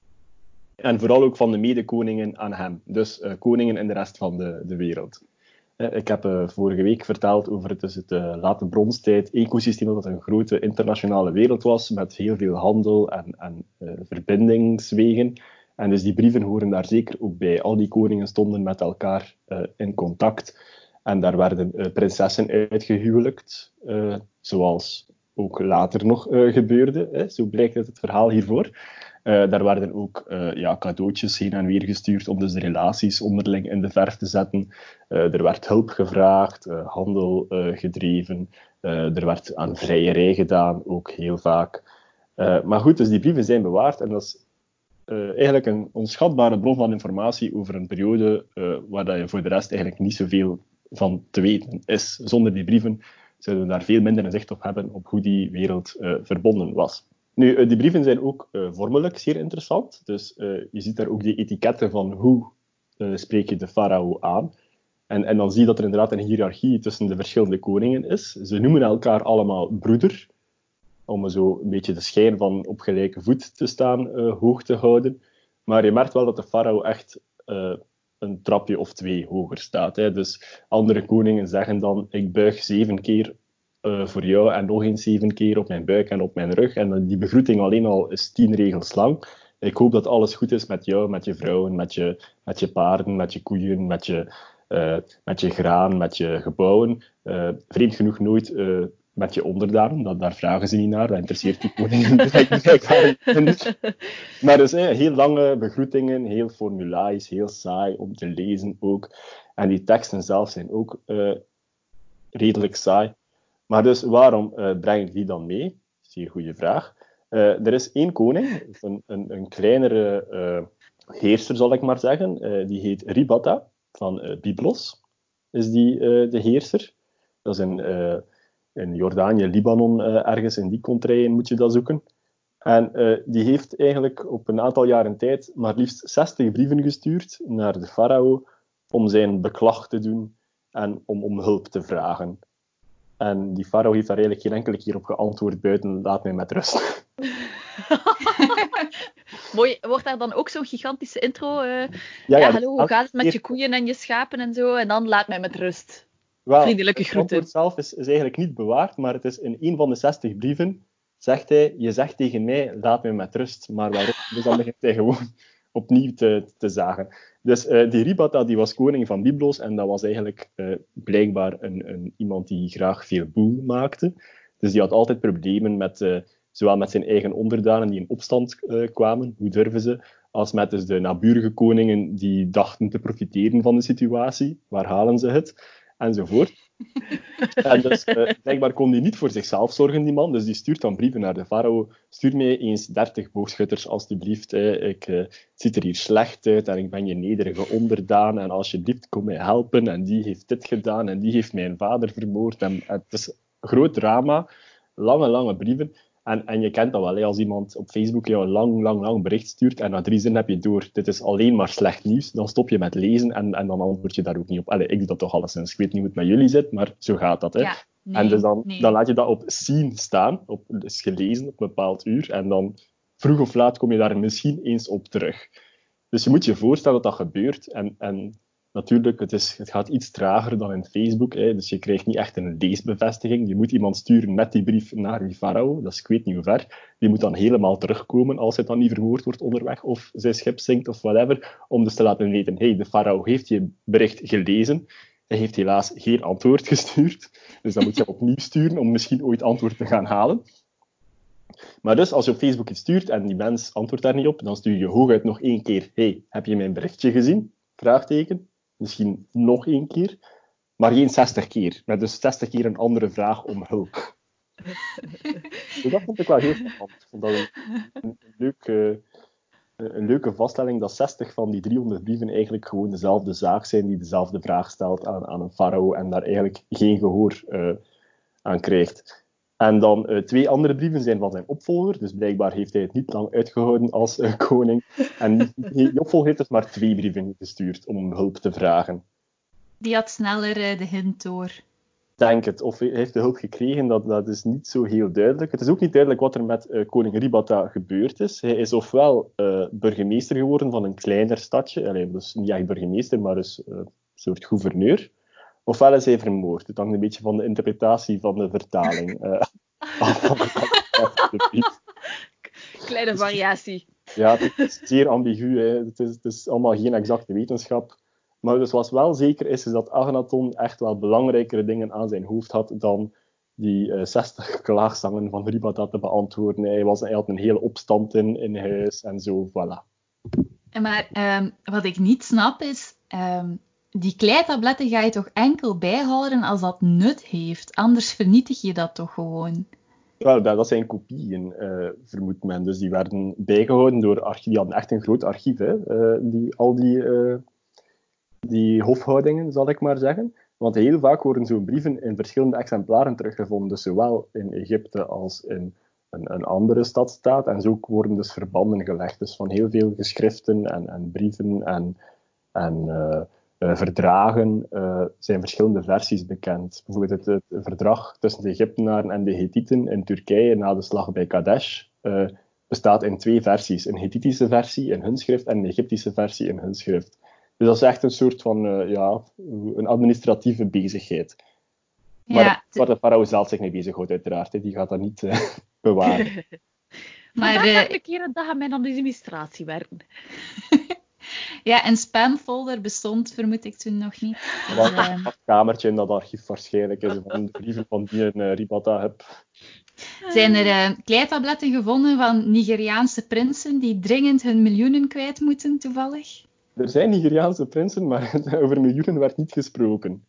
En vooral ook van de medekoningen aan hem. Dus uh, koningen in de rest van de, de wereld. Ik heb uh, vorige week verteld over het, dus het uh, late bronstijd-ecosysteem, dat een grote internationale wereld was, met heel veel handel en, en uh, verbindingswegen. En dus die brieven horen daar zeker ook bij. Al die koningen stonden met elkaar uh, in contact. En daar werden uh, prinsessen uitgehuwelijkt, uh, zoals ook later nog uh, gebeurde. Hè. Zo blijkt uit het verhaal hiervoor. Uh, daar werden ook uh, ja, cadeautjes heen en weer gestuurd om dus de relaties onderling in de verf te zetten. Uh, er werd hulp gevraagd, uh, handel uh, gedreven, uh, er werd aan vrijerij gedaan, ook heel vaak. Uh, maar goed, dus die brieven zijn bewaard en dat is uh, eigenlijk een onschatbare bron van informatie over een periode uh, waar dat je voor de rest eigenlijk niet zoveel van te weten is. Zonder die brieven zouden we daar veel minder een zicht op hebben op hoe die wereld uh, verbonden was. Nu, die brieven zijn ook uh, vormelijk zeer interessant. Dus uh, je ziet daar ook die etiketten van hoe uh, spreek je de farao aan. En, en dan zie je dat er inderdaad een hiërarchie tussen de verschillende koningen is. Ze noemen elkaar allemaal broeder, om zo een beetje de schijn van op gelijke voet te staan uh, hoog te houden. Maar je merkt wel dat de farao echt uh, een trapje of twee hoger staat. Hè. Dus andere koningen zeggen dan, ik buig zeven keer Uh, voor jou en nog eens zeven keer op mijn buik en op mijn rug. En die begroeting alleen al is tien regels lang. Ik hoop dat alles goed is met jou, met je vrouwen, met je, met je paarden, met je koeien, met je, uh, met je graan, met je gebouwen. Uh, vreemd genoeg nooit uh, met je onderdanen, dat, daar vragen ze niet naar. Dat interesseert die koningen blijkbaar niet. Maar dus uh, heel lange begroetingen, heel formulaisch, heel saai om te lezen ook. En die teksten zelf zijn ook uh, redelijk saai. Maar dus waarom uh, breng ik die dan mee? Zeer goede vraag. Uh, er is één koning, een, een, een kleinere uh, heerser zal ik maar zeggen. Uh, die heet Ribata van uh, Byblos, is die uh, de heerser. Dat is in, uh, in Jordanië, Libanon, uh, ergens in die contraien moet je dat zoeken. En uh, die heeft eigenlijk op een aantal jaren tijd maar liefst zestig brieven gestuurd naar de farao om zijn beklag te doen en om om hulp te vragen. En die farao heeft daar eigenlijk geen enkele keer op geantwoord buiten laat mij met rust. Mooi, wordt daar dan ook zo'n gigantische intro? Uh, ja, ja, ja, dus hallo, hoe gaat het met je koeien en je schapen en zo? En dan laat mij met rust. Wel, vriendelijke groeten. Het antwoord zelf is, is eigenlijk niet bewaard, maar het is in een van de zestig brieven, zegt hij, je zegt tegen mij, laat mij met rust. Maar waarom? Dus dan begint hij gewoon opnieuw te, te zagen. Dus uh, die Ribata die was koning van Byblos en dat was eigenlijk uh, blijkbaar een, een, iemand die graag veel boel maakte. Dus die had altijd problemen met, uh, zowel met zijn eigen onderdanen die in opstand uh, kwamen, hoe durven ze, als met dus de naburige koningen die dachten te profiteren van de situatie. Waar halen ze het? Enzovoort. En dus uh, blijkbaar kon hij niet voor zichzelf zorgen, die man. Dus die stuurt dan brieven naar de farao. Stuur mij eens dertig boogschutters, alstublieft. Hè. Ik, uh, het ziet er hier slecht uit en ik ben je nederige onderdaan. En alsjeblieft, kom mij helpen. En die heeft dit gedaan en die heeft mijn vader vermoord. En, en het is een groot drama. Lange, lange brieven. En, en je kent dat wel, hè, als iemand op Facebook jou een lang, lang, lang bericht stuurt en na drie zinnen heb je door, dit is alleen maar slecht nieuws, dan stop je met lezen en, en dan antwoord je daar ook niet op. Allee, ik doe dat toch alleszins. Ik weet niet hoe het met jullie zit, maar zo gaat dat. Hè. Ja, nee, en dus dan, nee. dan laat je dat op zien staan, op, dus gelezen op een bepaald uur, en dan vroeg of laat kom je daar misschien eens op terug. Dus je moet je voorstellen dat dat gebeurt. En, en natuurlijk, het, is, het gaat iets trager dan in Facebook. Hè, dus je krijgt niet echt een leesbevestiging. Je moet iemand sturen met die brief naar die farao. Dat is ik weet niet hoe ver. Die moet dan helemaal terugkomen als hij dan niet vermoord wordt onderweg. Of zijn schip zinkt of whatever. Om dus te laten weten, hey, de farao heeft je bericht gelezen. Hij heeft helaas geen antwoord gestuurd. Dus dan moet je opnieuw sturen om misschien ooit antwoord te gaan halen. Maar dus, als je op Facebook iets stuurt en die mens antwoordt daar niet op, dan stuur je hooguit nog één keer, hey, heb je mijn berichtje gezien? Vraagteken. Misschien nog één keer. Maar geen zestig keer. Met dus zestig keer een andere vraag om hulp. Dus dat vond ik wel heel spannend. Ik vond dat een, een, een, leuke, een leuke vaststelling dat zestig van die driehonderd brieven eigenlijk gewoon dezelfde zaak zijn, die dezelfde vraag stelt aan, aan een farao en daar eigenlijk geen gehoor uh, aan krijgt. En dan uh, twee andere brieven zijn van zijn opvolger. Dus blijkbaar heeft hij het niet lang uitgehouden als uh, koning. En die, die opvolger heeft dus maar twee brieven gestuurd om hulp te vragen. Die had sneller uh, de hint door. Denk het. Of hij heeft de hulp gekregen, dat, dat is niet zo heel duidelijk. Het is ook niet duidelijk wat er met uh, koning Ribata gebeurd is. Hij is ofwel uh, burgemeester geworden van een kleiner stadje. Allee, dus niet echt burgemeester, maar dus uh, een soort gouverneur. Ofwel is hij vermoord. Het hangt een beetje van de interpretatie van de vertaling uh, af van de brief. Kleine variatie. Ja, het is zeer ambigu. Hè. Het, is, het is allemaal geen exacte wetenschap. Maar dus wat wel zeker is, is dat Akhenaton echt wel belangrijkere dingen aan zijn hoofd had dan die uh, zestig klaagzangen van Ribata te beantwoorden. Hij, was, hij had een hele opstand in, in huis en zo, voilà. Maar um, wat ik niet snap is, um, die kleitabletten ga je toch enkel bijhouden als dat nut heeft? Anders vernietig je dat toch gewoon? Wel, dat zijn kopieën, uh, vermoedt men. Dus die werden bijgehouden door archieven. Die hadden echt een groot archief, hè, uh, die, al die, uh, die hofhoudingen, zal ik maar zeggen. Want heel vaak worden zo'n brieven in verschillende exemplaren teruggevonden. Dus zowel in Egypte als in een, een andere stadstaat. En zo worden dus verbanden gelegd. Dus van heel veel geschriften en, en brieven en, en uh, uh, verdragen uh, zijn verschillende versies bekend. Bijvoorbeeld het, het verdrag tussen de Egyptenaren en de Hethieten in Turkije na de slag bij Kadesh uh, bestaat in twee versies. Een Hethitische versie in hun schrift en een Egyptische versie in hun schrift. Dus dat is echt een soort van uh, ja, een administratieve bezigheid. Maar ja, waar de farao zelf zich mee bezighoudt, uiteraard. Hè. Die gaat dat niet uh, bewaren. Maar dan uh, een keer een dag aan mijn administratie werken. Ja, een spamfolder bestond, vermoed ik toen nog niet. Dus, dat is uh... een kamertje in dat archief waarschijnlijk. Is van de brieven van die een uh, Ribata heb. Zijn er uh, kleitabletten gevonden van Nigeriaanse prinsen die dringend hun miljoenen kwijt moeten, toevallig? Er zijn Nigeriaanse prinsen, maar over miljoenen werd niet gesproken.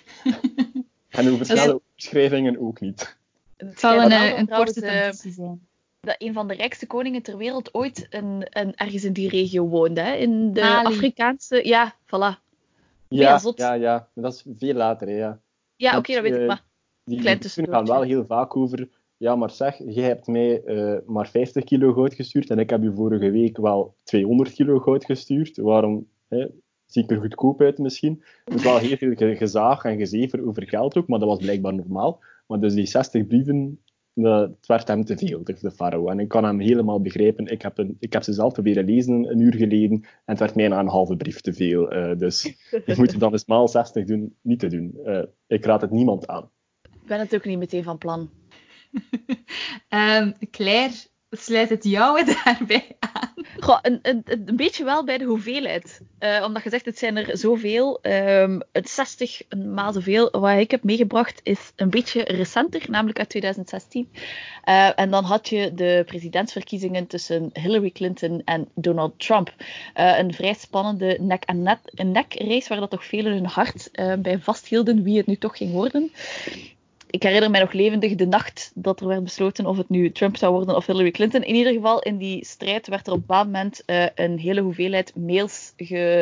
En over snelle opschrijvingen ook niet. Het zal een, uh, een korte traditie uh, zijn. Dat een van de rijkste koningen ter wereld ooit een, een, ergens in die regio woonde. Hè? In de Mali. Afrikaanse... Ja, voilà. Ja, ja, ja. Dat is veel later, hè, ja. Ja, oké, okay, dat weet uh, ik, maar... Die, die brieven gaan wel heel vaak over... Ja, maar zeg, jij hebt mij uh, maar vijftig kilo goud gestuurd en ik heb je vorige week wel tweehonderd kilo goud gestuurd. Waarom... Hè? Zie ik er goedkoop uit misschien. Er is wel heel veel gezaag en gezever over geld ook, maar dat was blijkbaar normaal. Maar dus die zestig brieven, het werd hem te veel, de farao. En ik kan hem helemaal begrijpen. Ik heb, een, ik heb ze zelf proberen lezen een uur geleden en het werd mij na een halve brief te veel. Uh, dus je moet het dan eens maal zestig doen, niet te doen. Uh, ik raad het niemand aan. Ik ben het ook niet meteen van plan. um, Claire, sluit het jouwe daarbij aan? Goh, een, een, een beetje wel bij de hoeveelheid. Uh, omdat je zegt, het zijn er zoveel. Um, het zestig maal zoveel. Wat ik heb meegebracht is een beetje recenter, namelijk uit twintig zestien. Uh, en dan had je de presidentsverkiezingen tussen Hillary Clinton en Donald Trump. Uh, een vrij spannende nek-aan-nek-race, waar dat toch velen hun hart uh, bij vasthielden wie het nu toch ging worden. Ik herinner mij nog levendig de nacht dat er werd besloten of het nu Trump zou worden of Hillary Clinton. In ieder geval, in die strijd werd er op een bepaald moment uh, een hele hoeveelheid mails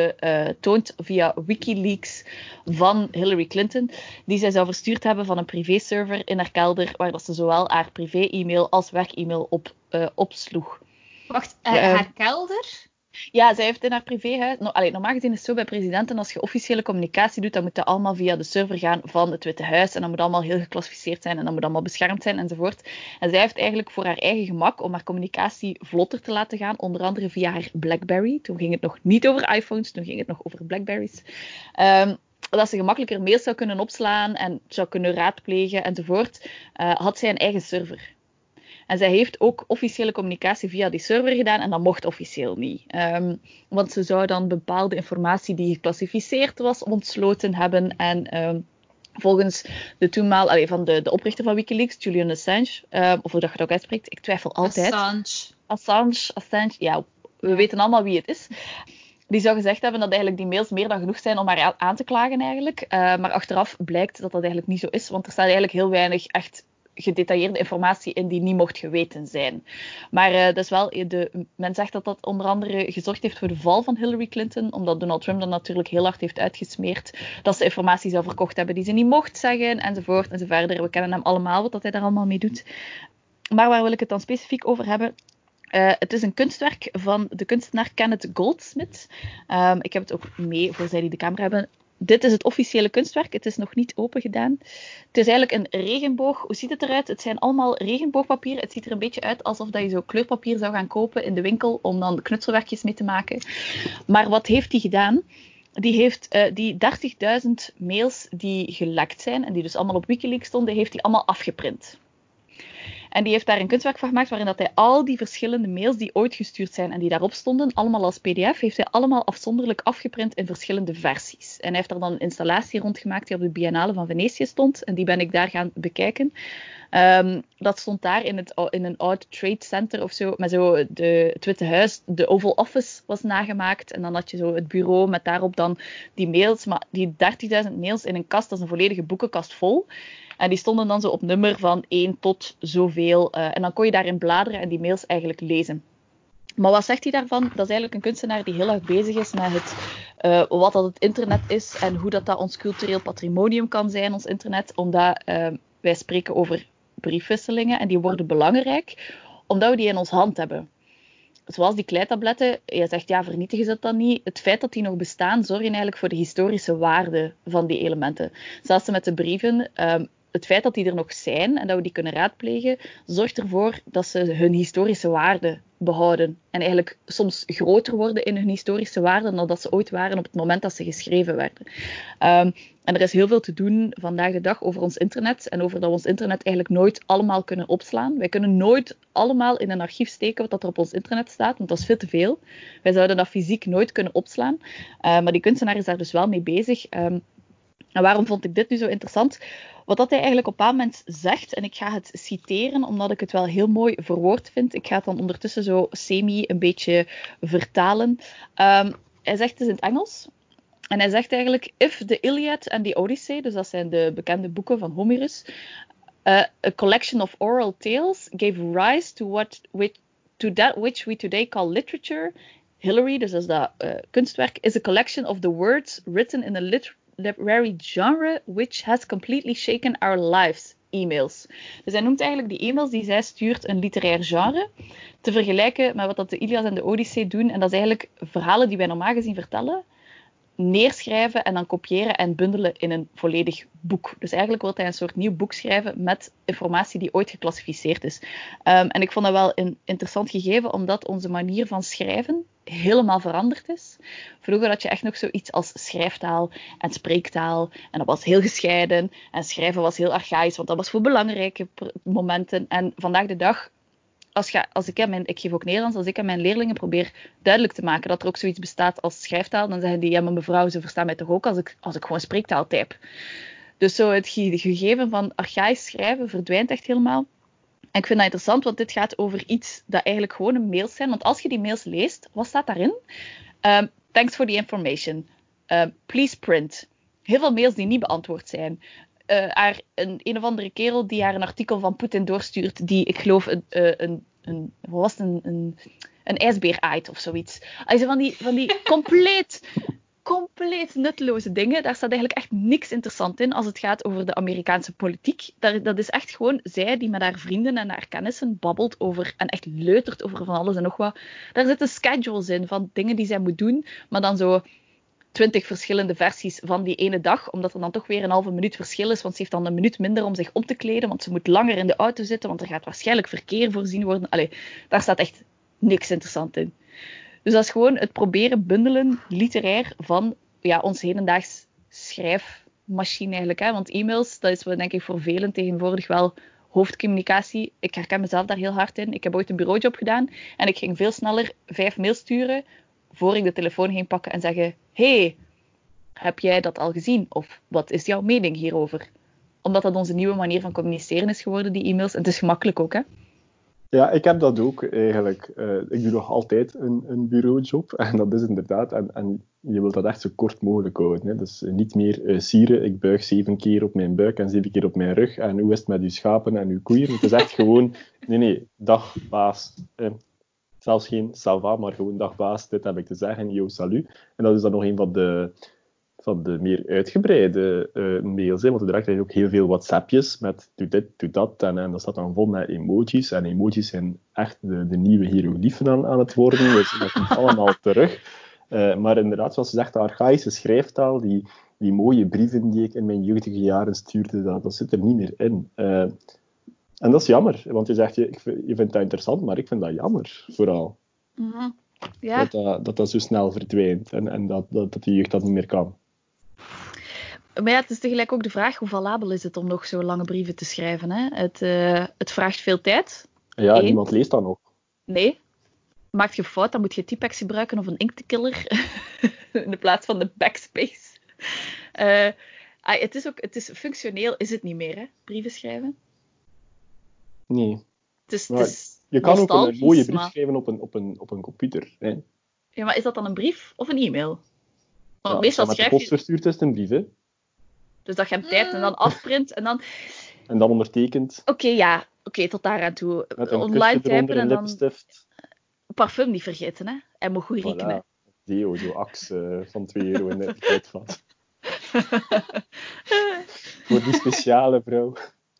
getoond via Wikileaks van Hillary Clinton, die zij zou verstuurd hebben van een privéserver in haar kelder, waar dat ze zowel haar privé-e-mail als werk-e-mail op uh, opsloeg. Wacht, uh, uh, haar kelder? Ja, zij heeft in haar privéhuis... No, allee, normaal gezien is het zo bij presidenten, als je officiële communicatie doet, dan moet dat allemaal via de server gaan van het Witte Huis. En dat moet allemaal heel geclassificeerd zijn en dat moet allemaal beschermd zijn enzovoort. En zij heeft eigenlijk voor haar eigen gemak, om haar communicatie vlotter te laten gaan, onder andere via haar BlackBerry. Toen ging het nog niet over iPhones, toen ging het nog over Blackberries. Um, dat ze gemakkelijker mails zou kunnen opslaan en zou kunnen raadplegen enzovoort, uh, had zij een eigen server. En zij heeft ook officiële communicatie via die server gedaan en dat mocht officieel niet. Um, want ze zou dan bepaalde informatie die geclassificeerd was ontsloten hebben. En um, volgens de toenmaal allee, van de, de oprichter van Wikileaks, Julian Assange, um, of hoe dat je het ook uitspreekt, ik twijfel altijd. Assange. Assange, Assange, ja, we ja. weten allemaal wie het is. Die zou gezegd hebben dat eigenlijk die mails meer dan genoeg zijn om haar aan te klagen eigenlijk. Uh, maar achteraf blijkt dat dat eigenlijk niet zo is, want er staat eigenlijk heel weinig echt gedetailleerde informatie in die niet mocht geweten zijn. Maar uh, dat is wel de, men zegt dat dat onder andere gezorgd heeft voor de val van Hillary Clinton, omdat Donald Trump dan natuurlijk heel hard heeft uitgesmeerd dat ze informatie zou verkocht hebben die ze niet mocht zeggen, enzovoort enzovoort. We kennen hem allemaal, wat hij daar allemaal mee doet. Maar waar wil ik het dan specifiek over hebben? Uh, het is een kunstwerk van de kunstenaar Kenneth Goldsmith. Um, ik heb het ook mee voor zij die de camera hebben. Dit is het officiële kunstwerk. Het is nog niet open gedaan. Het is eigenlijk een regenboog. Hoe ziet het eruit? Het zijn allemaal regenboogpapier. Het ziet er een beetje uit alsof dat je zo kleurpapier zou gaan kopen in de winkel om dan knutselwerkjes mee te maken. Maar wat heeft hij gedaan? Die heeft uh, die dertigduizend mails die gelekt zijn en die dus allemaal op Wikileaks stonden, heeft hij allemaal afgeprint. En die heeft daar een kunstwerk van gemaakt waarin dat hij al die verschillende mails die ooit gestuurd zijn en die daarop stonden, allemaal als pdf, heeft hij allemaal afzonderlijk afgeprint in verschillende versies. En hij heeft er dan een installatie rond gemaakt die op de Biennale van Venetië stond. En die ben ik daar gaan bekijken. Um, dat stond daar in, het, in een oud trade center of zo, met zo de, het Witte Huis, de Oval Office was nagemaakt. En dan had je zo het bureau met daarop dan die mails. Maar die dertigduizend mails in een kast, dat is een volledige boekenkast vol. En die stonden dan zo op nummer van één tot zoveel. Uh, en dan kon je daarin bladeren en die mails eigenlijk lezen. Maar wat zegt hij daarvan? Dat is eigenlijk een kunstenaar die heel erg bezig is met het, uh, wat dat het internet is en hoe dat, dat ons cultureel patrimonium kan zijn, ons internet. Omdat uh, wij spreken over briefwisselingen en die worden belangrijk omdat we die in ons hand hebben. Zoals die kleitabletten, je zegt ja, vernietigen ze dat dan niet. Het feit dat die nog bestaan, zorgen eigenlijk voor de historische waarde van die elementen. Zelfs met de brieven, um, het feit dat die er nog zijn en dat we die kunnen raadplegen, zorgt ervoor dat ze hun historische waarde behouden. En eigenlijk soms groter worden in hun historische waarde dan dat ze ooit waren op het moment dat ze geschreven werden. Um, en er is heel veel te doen vandaag de dag over ons internet en over dat we ons internet eigenlijk nooit allemaal kunnen opslaan. Wij kunnen nooit allemaal in een archief steken wat er op ons internet staat, want dat is veel te veel. Wij zouden dat fysiek nooit kunnen opslaan. Uh, maar die kunstenaar is daar dus wel mee bezig. Um, en waarom vond ik dit nu zo interessant? Wat dat hij eigenlijk op een bepaald moment zegt, en ik ga het citeren, omdat ik het wel heel mooi verwoord vind. Ik ga het dan ondertussen zo semi een beetje vertalen. Um, hij zegt het in het Engels. En hij zegt eigenlijk, if the Iliad and the Odyssey, dus dat zijn de bekende boeken van Homerus, uh, a collection of oral tales gave rise to, what, which, to that which we today call literature. Hillary, dus dat is dat uh, kunstwerk, is a collection of the words written in a liter- literary genre which has completely shaken our lives. E-mails. Dus hij noemt eigenlijk die e-mails die zij stuurt een literair genre, te vergelijken met wat dat de Iliad en de Odyssee doen. En dat is eigenlijk verhalen die wij normaal gezien vertellen, neerschrijven en dan kopiëren en bundelen in een volledig boek. Dus eigenlijk wil hij een soort nieuw boek schrijven met informatie die ooit geclassificeerd is. Um, en ik vond dat wel een interessant gegeven, omdat onze manier van schrijven helemaal veranderd is. Vroeger had je echt nog zoiets als schrijftaal en spreektaal. En dat was heel gescheiden. En schrijven was heel archaïs, want dat was voor belangrijke momenten. En vandaag de dag als, je, als ik, mijn, ik geef ook Nederlands, als ik aan mijn leerlingen probeer duidelijk te maken dat er ook zoiets bestaat als schrijftaal, dan zeggen die, ja, maar mevrouw, ze verstaan mij toch ook als ik, als ik gewoon spreektaal type. Dus zo het ge- gegeven van archaïs schrijven verdwijnt echt helemaal. En ik vind dat interessant, want dit gaat over iets dat eigenlijk gewoon een mails zijn. Want als je die mails leest, wat staat daarin? Um, thanks for the information. Um, please print. Heel veel mails die niet beantwoord zijn. Uh, haar, een, een of andere kerel die haar een artikel van Poetin doorstuurt, die, ik geloof, een, uh, een, een, wat was het, een, een, een ijsbeer aait of zoiets. Also van die, van die compleet... compleet nutteloze dingen. Daar staat eigenlijk echt niks interessant in als het gaat over de Amerikaanse politiek. Daar, dat is echt gewoon zij die met haar vrienden en haar kennissen babbelt over en echt leutert over van alles en nog wat. Daar zitten schedules in van dingen die zij moet doen, maar dan zo twintig verschillende versies van die ene dag, omdat er dan toch weer een halve minuut verschil is, want ze heeft dan een minuut minder om zich om te kleden, want ze moet langer in de auto zitten, want er gaat waarschijnlijk verkeer voorzien worden. Allee, daar staat echt niks interessant in. Dus dat is gewoon het proberen bundelen, literair, van ja, ons hedendaags schrijfmachine eigenlijk. Hè? Want e-mails, dat is denk ik voor velen tegenwoordig wel hoofdcommunicatie. Ik herken mezelf daar heel hard in. Ik heb ooit een bureaujob gedaan en ik ging veel sneller vijf mails sturen voor ik de telefoon ging pakken en zeggen, hey, heb jij dat al gezien? Of wat is jouw mening hierover? Omdat dat onze nieuwe manier van communiceren is geworden, die e-mails. En het is gemakkelijk ook, hè? Ja, ik heb dat ook eigenlijk. Uh, ik doe nog altijd een, een bureaujob. En dat is inderdaad... En, en je wilt dat echt zo kort mogelijk houden. Hè. Dus niet meer uh, sieren. Ik buig zeven keer op mijn buik en zeven keer op mijn rug. En hoe is het met uw schapen en uw koeien? Het is echt gewoon... Nee, nee. Dag, baas. Uh, zelfs geen ça va, maar gewoon dag, baas. Dit heb ik te zeggen. Yo, salut. En dat is dan nog een van de... van de meer uitgebreide uh, mails. Hè? Want daar krijg je ook heel veel WhatsAppjes met doe dit, doe dat. En, en dat staat dan vol met emojis. En emojis zijn echt de, de nieuwe hieroglyphen aan, aan het worden. Dus dat komt allemaal terug. Uh, maar inderdaad, zoals je zegt, de archaïsche schrijftaal, die, die mooie brieven die ik in mijn jeugdige jaren stuurde, dat, dat zit er niet meer in. Uh, en dat is jammer. Want je zegt, je, je vindt dat interessant, maar ik vind dat jammer, vooral. Mm-hmm. Ja. Dat, dat, dat dat zo snel verdwijnt. En, en dat, dat, dat die jeugd dat niet meer kan. Maar ja, het is tegelijk ook de vraag, hoe valabel is het om nog zo lange brieven te schrijven? Hè? Het, uh, het vraagt veel tijd. Ja, Eén. niemand leest dat nog. Nee. Maak je fout, dan moet je Typex gebruiken of een inktkiller in de plaats van de backspace. Uh, ah, het is ook, het is functioneel is het niet meer, hè? Brieven schrijven. Nee. Het is, maar het is je kan ook een mooie brief maar... schrijven op een, op een, op een computer. Hè? Ja, maar is dat dan een brief of een e-mail? Want ja, meestal als je met schrijf de post je... verstuurd is het een brief, hè? Dus dat je hem tijd en dan afprint en dan... En dan ondertekent. Oké, okay, ja. Oké, okay, tot daar aan toe. Met een online typen en dan... lipstift. Parfum niet vergeten, hè. Hij moet goed voilà. rieken, hè. Deo, zo Axe uh, van twee euro in de uitvat. Voor die speciale vrouw.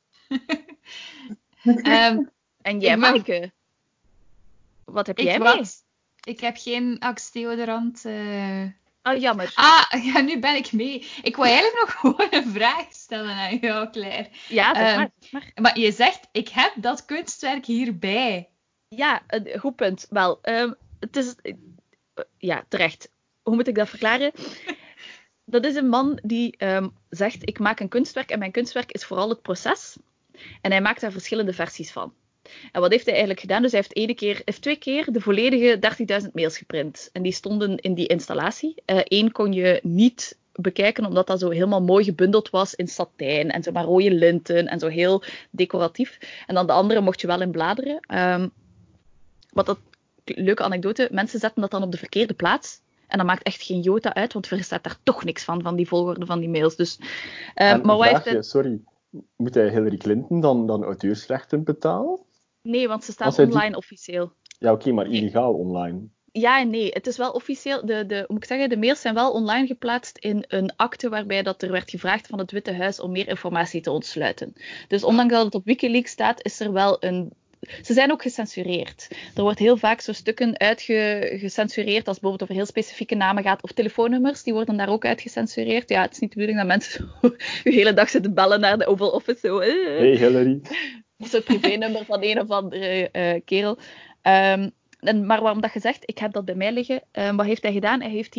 um, en jij, Maaike? Ben... Wat heb ik jij wat? mee? Ik heb geen Axe deodorant. Uh... Oh, jammer. Ah, ja, nu ben ik mee. Ik wou eigenlijk nog gewoon een vraag stellen aan jou, Claire. Ja, zeg um, maar, zeg maar. Maar je zegt, ik heb dat kunstwerk hierbij. Ja, een goed punt. Wel, um, het is... Uh, ja, terecht. Hoe moet ik dat verklaren? Dat is een man die um, zegt, ik maak een kunstwerk en mijn kunstwerk is vooral het proces. En hij maakt daar verschillende versies van. En wat heeft hij eigenlijk gedaan? Dus hij heeft, ene keer, heeft twee keer de volledige dertigduizend mails geprint. En die stonden in die installatie. Eén uh, kon je niet bekijken, omdat dat zo helemaal mooi gebundeld was in satijn. En zo maar rode linten en zo heel decoratief. En dan de andere mocht je wel in bladeren. Um, wat dat, leuke anekdote, mensen zetten dat dan op de verkeerde plaats. En dat maakt echt geen jota uit, want er staat daar toch niks van, van die volgorde van die mails. Dus, um, en maar een vraagje, hij... sorry. Moet hij Hillary Clinton dan, dan auteursrechten betalen? Nee, want ze staan online die... officieel. Ja, oké, okay, maar illegaal online. Ja en nee. Het is wel officieel. De, de, hoe moet ik zeggen, de mails zijn wel online geplaatst in een akte waarbij dat er werd gevraagd van het Witte Huis om meer informatie te ontsluiten. Dus ondanks dat het op Wikileaks staat, is er wel een... Ze zijn ook gecensureerd. Er wordt heel vaak zo stukken uitgecensureerd als bijvoorbeeld over heel specifieke namen gaat. Of telefoonnummers, die worden daar ook uitgecensureerd. Ja, het is niet de bedoeling dat mensen de hele dag zitten bellen naar de Oval Office. Zo, uh, hey Hillary. Of zo'n privénummer van een of andere uh, kerel. Um, en, maar waarom dat gezegd, ik heb dat bij mij liggen. Um, wat heeft hij gedaan? Hij heeft die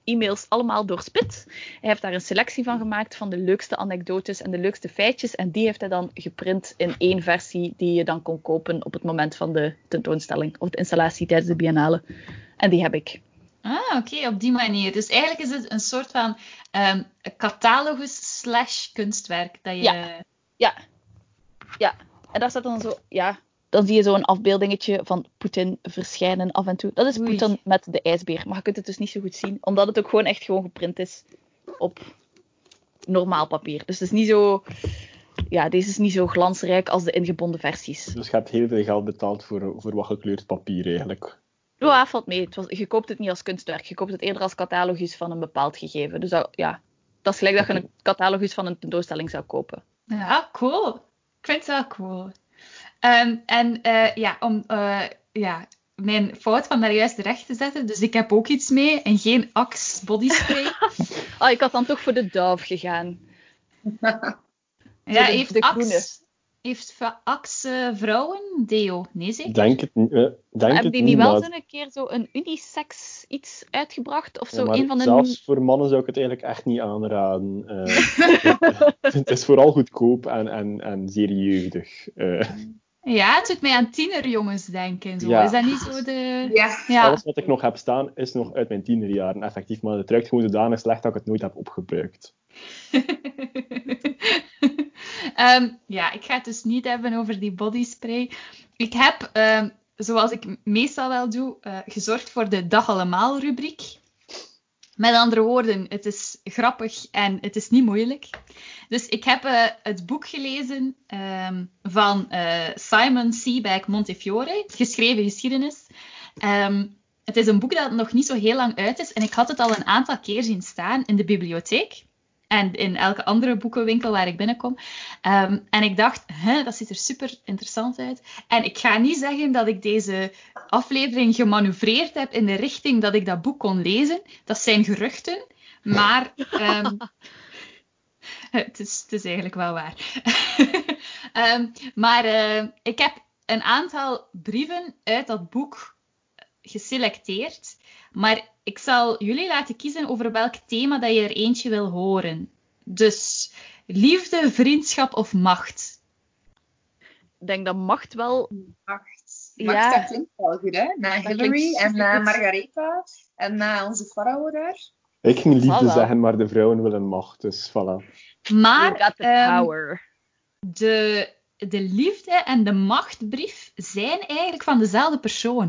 e-mails allemaal doorspit. Hij heeft daar een selectie van gemaakt van de leukste anekdotes en de leukste feitjes. En die heeft hij dan geprint in één versie die je dan kon kopen op het moment van de tentoonstelling of de installatie tijdens de biennale. En die heb ik. Ah, oké, okay, op die manier. Dus eigenlijk is het een soort van um, catalogus slash kunstwerk. Dat je... Ja. ja, ja. En daar staat dan zo, ja, dan zie je zo'n afbeeldingetje van Poetin verschijnen af en toe. Dat is Poetin met de ijsbeer, maar je kunt het dus niet zo goed zien, omdat het ook gewoon echt gewoon geprint is op normaal papier. Dus het is niet zo, ja, deze is niet zo glansrijk als de ingebonden versies. Dus je hebt heel veel geld betaald voor, voor wat gekleurd papier eigenlijk. Ja, valt mee. Het was, je koopt het niet als kunstwerk. Je koopt het eerder als catalogus van een bepaald gegeven. Dus dat, ja, dat is gelijk dat je een catalogus van een tentoonstelling zou kopen. Ja, cool. Ik vind het wel cool. Um, en uh, ja, om uh, ja, mijn fout van daar juist recht te zetten. Dus ik heb ook iets mee en geen Axe bodyspray. Oh, ik had dan toch voor de Dove gegaan. Ja, de, heeft de Axe... Heeft Axe uh, vrouwen deo? Nee, zeker? Denk het, uh, denk hebben het die niet, niet wel maar... zo'n keer zo een unisex iets uitgebracht? Of zo? Ja, maar een van de... zelfs voor mannen zou ik het eigenlijk echt niet aanraden. Uh, het is vooral goedkoop en, en, en zeer jeugdig. Uh. Ja, het doet mij aan tienerjongens denken. Zo. Ja. Is dat niet zo de... Ja. ja. Alles wat ik nog heb staan is nog uit mijn tienerjaren, effectief. Maar het ruikt gewoon zodanig slecht dat ik het nooit heb opgebruikt. um, ja, ik ga het dus niet hebben over die bodyspray. Ik heb, um, zoals ik meestal wel doe, uh, gezorgd voor de dag allemaal rubriek. Met andere woorden, het is grappig en het is niet moeilijk. Dus ik heb uh, het boek gelezen um, van uh, Simon Sebag Montefiore, geschreven geschiedenis. Um, het is een boek dat nog niet zo heel lang uit is en ik had het al een aantal keer zien staan in de bibliotheek. En in elke andere boekenwinkel waar ik binnenkom. Um, en ik dacht, huh, dat ziet er super interessant uit. En ik ga niet zeggen dat ik deze aflevering gemanoeuvreerd heb in de richting dat ik dat boek kon lezen. Dat zijn geruchten. Maar um, het, is, het is eigenlijk wel waar. um, maar uh, ik heb een aantal brieven uit dat boek geselecteerd. Maar ik zal jullie laten kiezen over welk thema dat je er eentje wil horen. Dus liefde, vriendschap of macht? Ik denk dat macht wel... Macht. Ja. Macht, dat klinkt wel goed, hè? Na Dat Hillary klinkt en na supergoed. Margaretha en na onze farao daar. Ik ging liefde Voilà. zeggen, maar de vrouwen willen macht, dus voilà. You Maar got the um, power. de, de liefde en de machtbrief zijn eigenlijk van dezelfde persoon.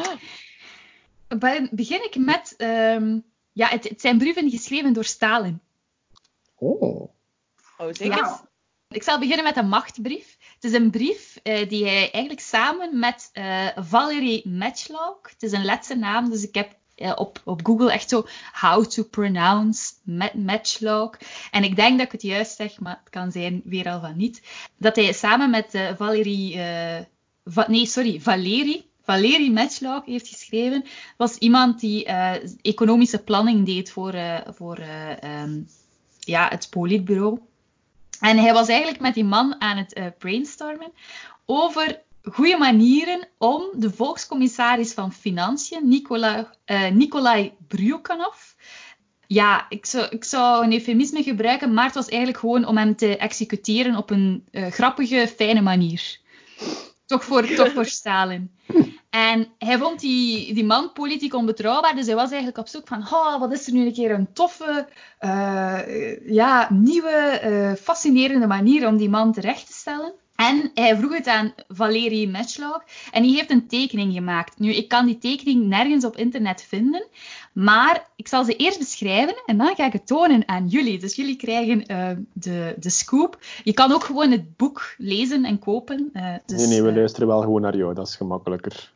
Be- Begin ik met... Um, ja, het, het zijn brieven geschreven door Stalin. Oh. Oh, zeker? Ja. Ik zal beginnen met de machtbrief. Het is een brief uh, die hij eigenlijk samen met uh, Valery Matchlock... Het is een Letse naam, dus ik heb uh, op, op Google echt zo... How to pronounce Matchlock. En ik denk dat ik het juist zeg, maar het kan zijn weer al van niet. Dat hij samen met uh, Valery... Uh, va- nee, sorry, Valery... Valery Matchlock heeft geschreven, was iemand die uh, economische planning deed voor, uh, voor uh, um, ja, het politbureau. En hij was eigenlijk met die man aan het uh, brainstormen over goede manieren om de volkscommissaris van Financiën, Nikolai, uh, Nikolai Bryukhanov, ja, ik zou, ik zou een eufemisme gebruiken, maar het was eigenlijk gewoon om hem te executeren op een uh, grappige, fijne manier. Toch voor, toch voor Stalin. En hij vond die, die man politiek onbetrouwbaar, dus hij was eigenlijk op zoek van, oh, wat is er nu een keer een toffe, uh, ja, nieuwe, uh, fascinerende manier om die man terecht te stellen. En hij vroeg het aan Valery Matchlock en die heeft een tekening gemaakt. Nu, ik kan die tekening nergens op internet vinden, maar ik zal ze eerst beschrijven en dan ga ik het tonen aan jullie. Dus jullie krijgen uh, de, de scoop. Je kan ook gewoon het boek lezen en kopen. Uh, dus, nee, nee, we uh... luisteren wel gewoon naar jou, dat is gemakkelijker.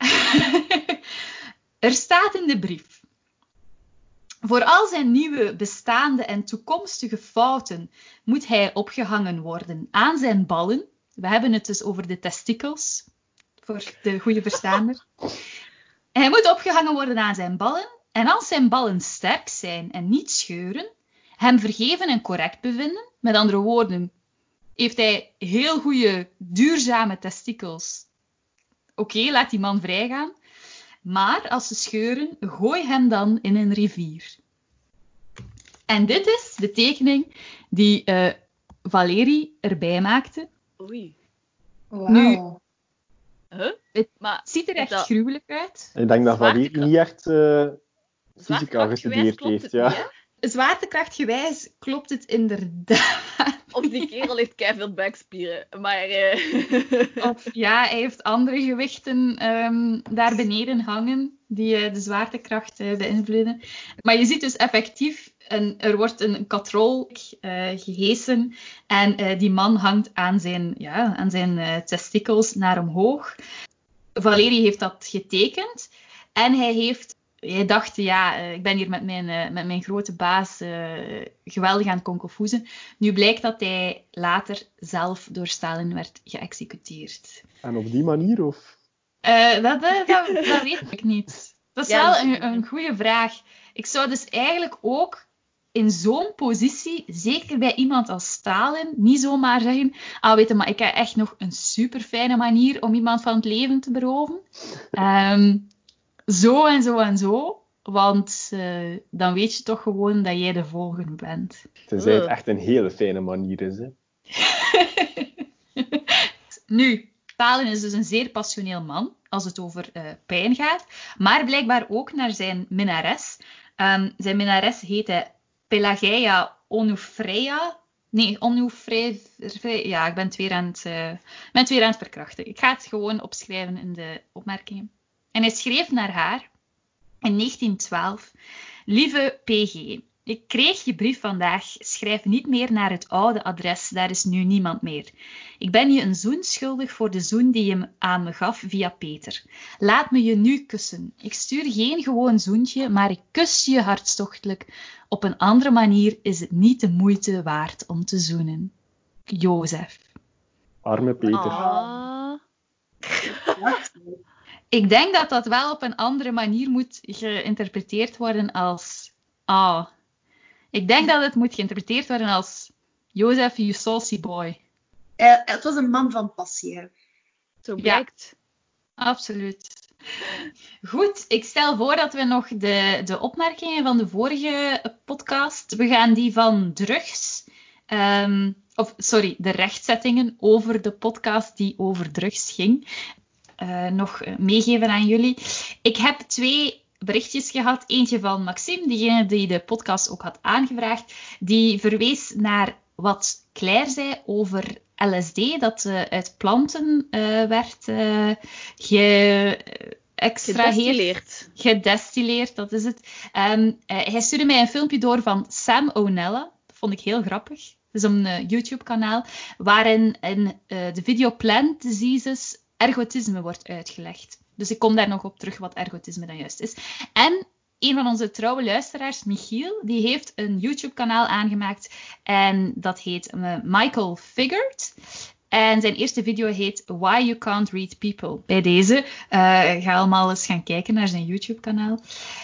Er staat in de brief: voor al zijn nieuwe, bestaande en toekomstige fouten moet hij opgehangen worden aan zijn ballen. We hebben het dus over de testikels, voor de goede verstaander. Hij moet opgehangen worden aan zijn ballen. En als zijn ballen sterk zijn en niet scheuren, hem vergeven en correct bevinden. Met andere woorden, heeft hij heel goede, duurzame testikels. Oké, okay, laat die man vrijgaan. Maar als ze scheuren, gooi hem dan in een rivier. En dit is de tekening die uh, Valerie erbij maakte. Oei. Wauw. Nu, Huh? het Maar ziet er echt dat... gruwelijk uit. Ik denk dat Valerie Zwaartekracht- niet echt uh, fysica Zwaartekrachtgewijs gestudeerd klopt heeft. het Ja. niet, hè? Zwaartekrachtgewijs klopt het inderdaad. Of die kerel heeft keiveel buikspieren. Maar... Uh... Of ja, hij heeft andere gewichten um, daar beneden hangen die uh, de zwaartekracht uh, beïnvloeden. Maar je ziet dus effectief, een, er wordt een katrol uh, gehesen en uh, die man hangt aan zijn, ja, aan zijn uh, testikels naar omhoog. Valerie heeft dat getekend en hij heeft... Hij dacht, ja, ik ben hier met mijn, uh, met mijn grote baas uh, geweldig aan het konkelfoezen. Nu blijkt dat hij later zelf door Stalin werd geëxecuteerd. En op die manier, of? Uh, dat, dat, dat, dat weet ik niet. Dat is ja, wel dat een, een goede vraag. Ik zou dus eigenlijk ook in zo'n positie, zeker bij iemand als Stalin, niet zomaar zeggen, ah, weet je, maar ik heb echt nog een super fijne manier om iemand van het leven te beroven. Um, Zo en zo en zo, want uh, dan weet je toch gewoon dat jij de volgende bent. Tenzij het echt een hele fijne manier is, hè. Nu, Stalin is dus een zeer passioneel man, als het over uh, pijn gaat, maar blijkbaar ook naar zijn minnares. Um, zijn minnares heette Pelageia Onufreya. Nee, Onufreya. Ja, ik ben het weer aan het, uh, ben het weer aan het verkrachten. Ik ga het gewoon opschrijven in de opmerkingen. En hij schreef naar haar in negentien twaalf. Lieve P G, ik kreeg je brief vandaag. Schrijf niet meer naar het oude adres, daar is nu niemand meer. Ik ben je een zoen schuldig voor de zoen die je aan me gaf via Peter. Laat me je nu kussen. Ik stuur geen gewoon zoentje, maar ik kus je hartstochtelijk. Op een andere manier is het niet de moeite waard om te zoenen. Jozef. Arme Peter. Ah. Ik denk dat dat wel op een andere manier moet geïnterpreteerd worden als... Ah. Ik denk dat het moet geïnterpreteerd worden als... Jozef, you saucy boy. Uh, het was een man van passie, hè. Zo blijkt. Ja, absoluut. Goed, ik stel voor dat we nog de, de opmerkingen van de vorige podcast... We gaan die van drugs... Um, of, sorry, de rechtzettingen over de podcast die over drugs ging... Uh, nog meegeven aan jullie. Ik heb twee berichtjes gehad. Eentje van Maxime, diegene die de podcast ook had aangevraagd. Die verwees naar wat Claire zei over L S D, dat uh, uit planten uh, werd uh, geëxtraheerd. Gedestilleerd. Gedestilleerd, dat is het. Um, uh, hij stuurde mij een filmpje door van Sam O'Nella. Dat vond ik heel grappig. Het is een uh, YouTube-kanaal waarin in uh, de video Plant Diseases ergotisme wordt uitgelegd. Dus ik kom daar nog op terug wat ergotisme dan juist is. En een van onze trouwe luisteraars, Michiel, die heeft een YouTube-kanaal aangemaakt en dat heet uh, Michael Figured. En zijn eerste video heet Why You Can't Read People. Bij deze, uh, ga allemaal eens gaan kijken naar zijn YouTube-kanaal.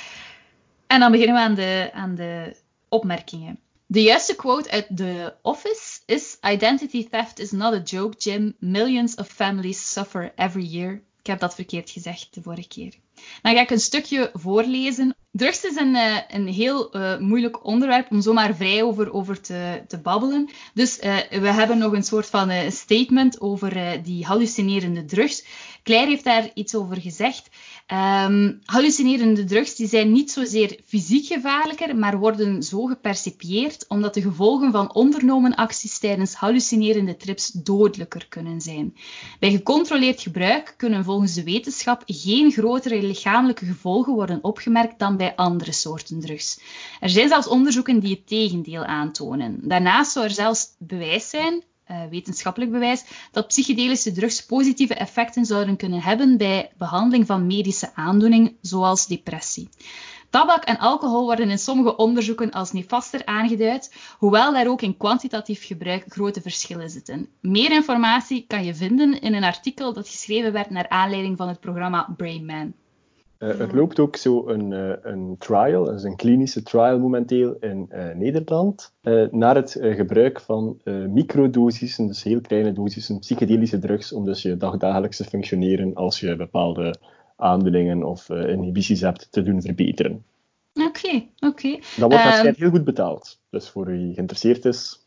En dan beginnen we aan de, aan de opmerkingen. De juiste quote uit The Office is: Identity theft is not a joke, Jim. Millions of families suffer every year. Ik heb dat verkeerd gezegd de vorige keer. Dan ga ik een stukje voorlezen. Drugs is een, uh, een heel uh, moeilijk onderwerp om zomaar vrij over, over te, te babbelen. Dus uh, we hebben nog een soort van uh, statement over uh, die hallucinerende drugs. Claire heeft daar iets over gezegd. Um, hallucinerende drugs die zijn niet zozeer fysiek gevaarlijker, maar worden zo gepercipieerd omdat de gevolgen van ondernomen acties tijdens hallucinerende trips dodelijker kunnen zijn. Bij gecontroleerd gebruik kunnen volgens de wetenschap geen grotere lichamelijke gevolgen worden opgemerkt dan bij andere soorten drugs. Er zijn zelfs onderzoeken die het tegendeel aantonen. Daarnaast zou er zelfs bewijs zijn, uh, wetenschappelijk bewijs, dat psychedelische drugs positieve effecten zouden kunnen hebben bij behandeling van medische aandoeningen, zoals depressie. Tabak en alcohol worden in sommige onderzoeken als nefaster aangeduid, hoewel daar ook in kwantitatief gebruik grote verschillen zitten. Meer informatie kan je vinden in een artikel dat geschreven werd naar aanleiding van het programma Brain Man. Uh, er loopt ook zo een, uh, een trial, dus een klinische trial momenteel in uh, Nederland, uh, naar het uh, gebruik van uh, microdosissen, dus heel kleine dosissen, psychedelische drugs, om dus je dagdagelijkse functioneren als je bepaalde aandoeningen of uh, inhibities hebt te doen verbeteren. Oké. Oké, oké. Dat wordt Ehm, waarschijnlijk heel goed betaald. Dus voor wie geïnteresseerd is...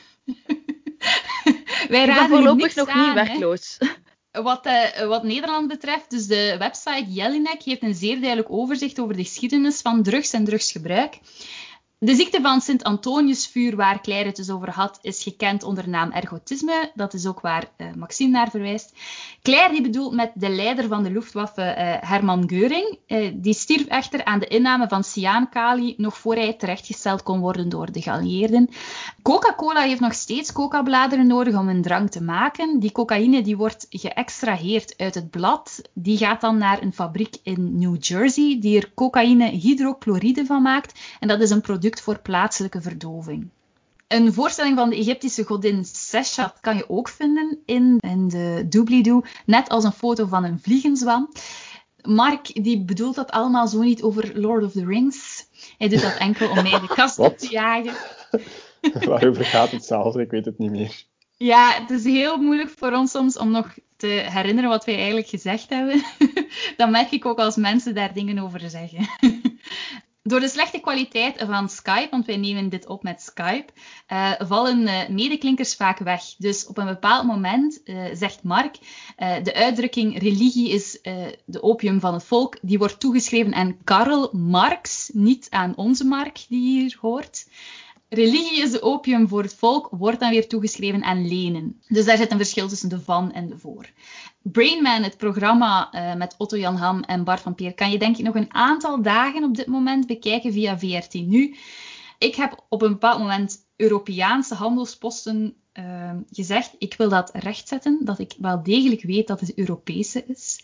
Wij Ik ben raden hier voorlopig niks nog aan, niet hè. werkloos. Wat, uh, wat Nederland betreft, dus de website Jelinek heeft een zeer duidelijk overzicht over de geschiedenis van drugs en drugsgebruik. De ziekte van Sint-Antoniusvuur, waar Claire het dus over had, is gekend onder de naam ergotisme. Dat is ook waar uh, Maxime naar verwijst. Claire die bedoelt met de leider van de Luftwaffe, uh, Hermann Göring. Uh, die stierf echter aan de inname van cyaankali nog voor hij terechtgesteld kon worden door de geallieerden. Coca-Cola heeft nog steeds coca-bladeren nodig om een drank te maken. Die cocaïne die wordt geëxtraheerd uit het blad. Die gaat dan naar een fabriek in New Jersey die er cocaïne-hydrochloride van maakt. En dat is een product voor plaatselijke verdoving. Een voorstelling van de Egyptische godin Seshat kan je ook vinden in, in de doobly-doo, net als een foto van een vliegenzwam. Mark die bedoelt dat allemaal zo niet over Lord of the Rings. Hij doet dat enkel om mij de kast op te jagen. Waarover gaat het zelfs? Ik weet het niet meer. Ja, het is heel moeilijk voor ons soms om nog te herinneren wat wij eigenlijk gezegd hebben. Dan merk ik ook als mensen daar dingen over zeggen. Door de slechte kwaliteit van Skype, want wij nemen dit op met Skype, uh, vallen uh, medeklinkers vaak weg. Dus op een bepaald moment uh, zegt Mark, uh, de uitdrukking religie is uh, de opium van het volk, die wordt toegeschreven aan Karl Marx, niet aan onze Mark die hier hoort. Religie is de opium voor het volk, wordt dan weer toegeschreven aan Lenin. Dus daar zit een verschil tussen de van en de voor. Brain Man, het programma uh, met Otto Jan Ham en Bart van Peer, kan je denk ik nog een aantal dagen op dit moment bekijken via V R T Nu. Ik heb op een bepaald moment Europeaanse handelsposten uh, gezegd, ik wil dat rechtzetten, dat ik wel degelijk weet dat het Europese is.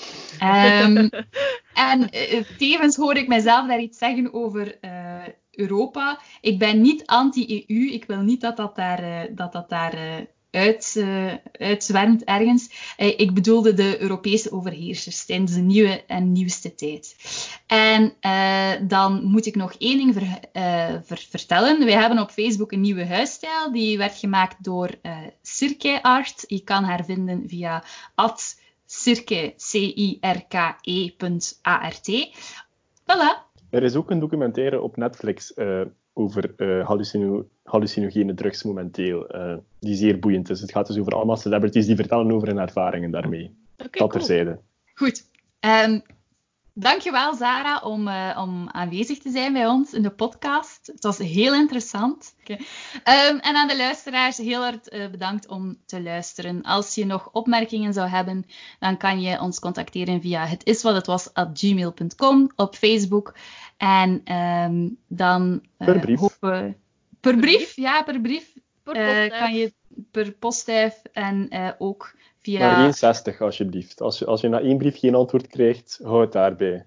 Um, en uh, tevens hoor ik mezelf daar iets zeggen over uh, Europa. Ik ben niet anti-E U, ik wil niet dat dat daar, uh, dat dat daar uh, uit, uh, uitzwermt ergens. Uh, ik bedoelde de Europese overheersers tijdens de nieuwe en nieuwste tijd. En uh, dan moet ik nog één ding ver, uh, ver, vertellen. Wij hebben op Facebook een nieuwe huisstijl. Die werd gemaakt door uh, Cirke Art. Je kan haar vinden via at Cirke, C I R K E A R T. Voilà. Er is ook een documentaire op Netflix uh, over uh, hallucino- hallucinogene drugs momenteel, uh, die zeer boeiend is. Het gaat dus over allemaal celebrities die vertellen over hun ervaringen daarmee. Okay, dat cool. terzijde. Goed. Um, dankjewel, Zara, om, uh, om aanwezig te zijn bij ons in de podcast. Het was heel interessant. Okay. Um, en aan de luisteraars, heel hard uh, bedankt om te luisteren. Als je nog opmerkingen zou hebben, dan kan je ons contacteren via hetiswathetwas at gmail dot com op Facebook. En um, dan uh, per brief. hopen... Per brief, ja, per brief. Per uh, kan je per postduif en uh, ook via... Maar geen zestig, alsjeblieft. Als je, als je na één brief geen antwoord krijgt, hou het daarbij.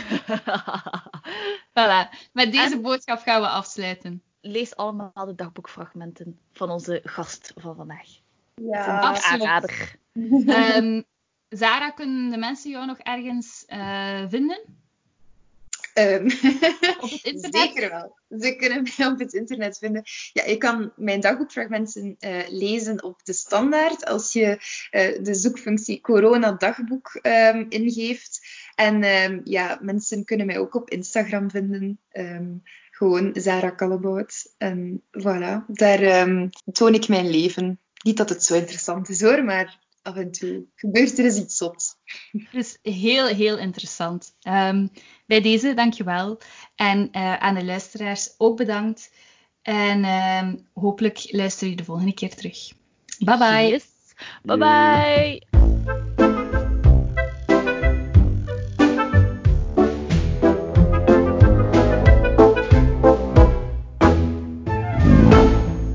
Voilà. Met deze en... boodschap gaan we afsluiten. Lees allemaal de dagboekfragmenten van onze gast van vandaag. Ja, dat is een aanrader. um, Zara, kunnen de mensen jou nog ergens uh, vinden? Um, op het internet? Zeker wel. Ze kunnen mij op het internet vinden. Ja, je kan mijn dagboekfragmenten uh, lezen op de Standaard als je uh, de zoekfunctie corona dagboek um, ingeeft. En um, ja, mensen kunnen mij ook op Instagram vinden. Um, gewoon Zara Kallebout. En voilà, daar um, toon ik mijn leven. Niet dat het zo interessant is hoor, maar af en toe gebeurt er eens iets zot. Het is heel, heel interessant. Um, bij deze, dankjewel. En uh, aan de luisteraars ook bedankt. En um, hopelijk luister je de volgende keer terug. Bye bye. Yes. Bye bye.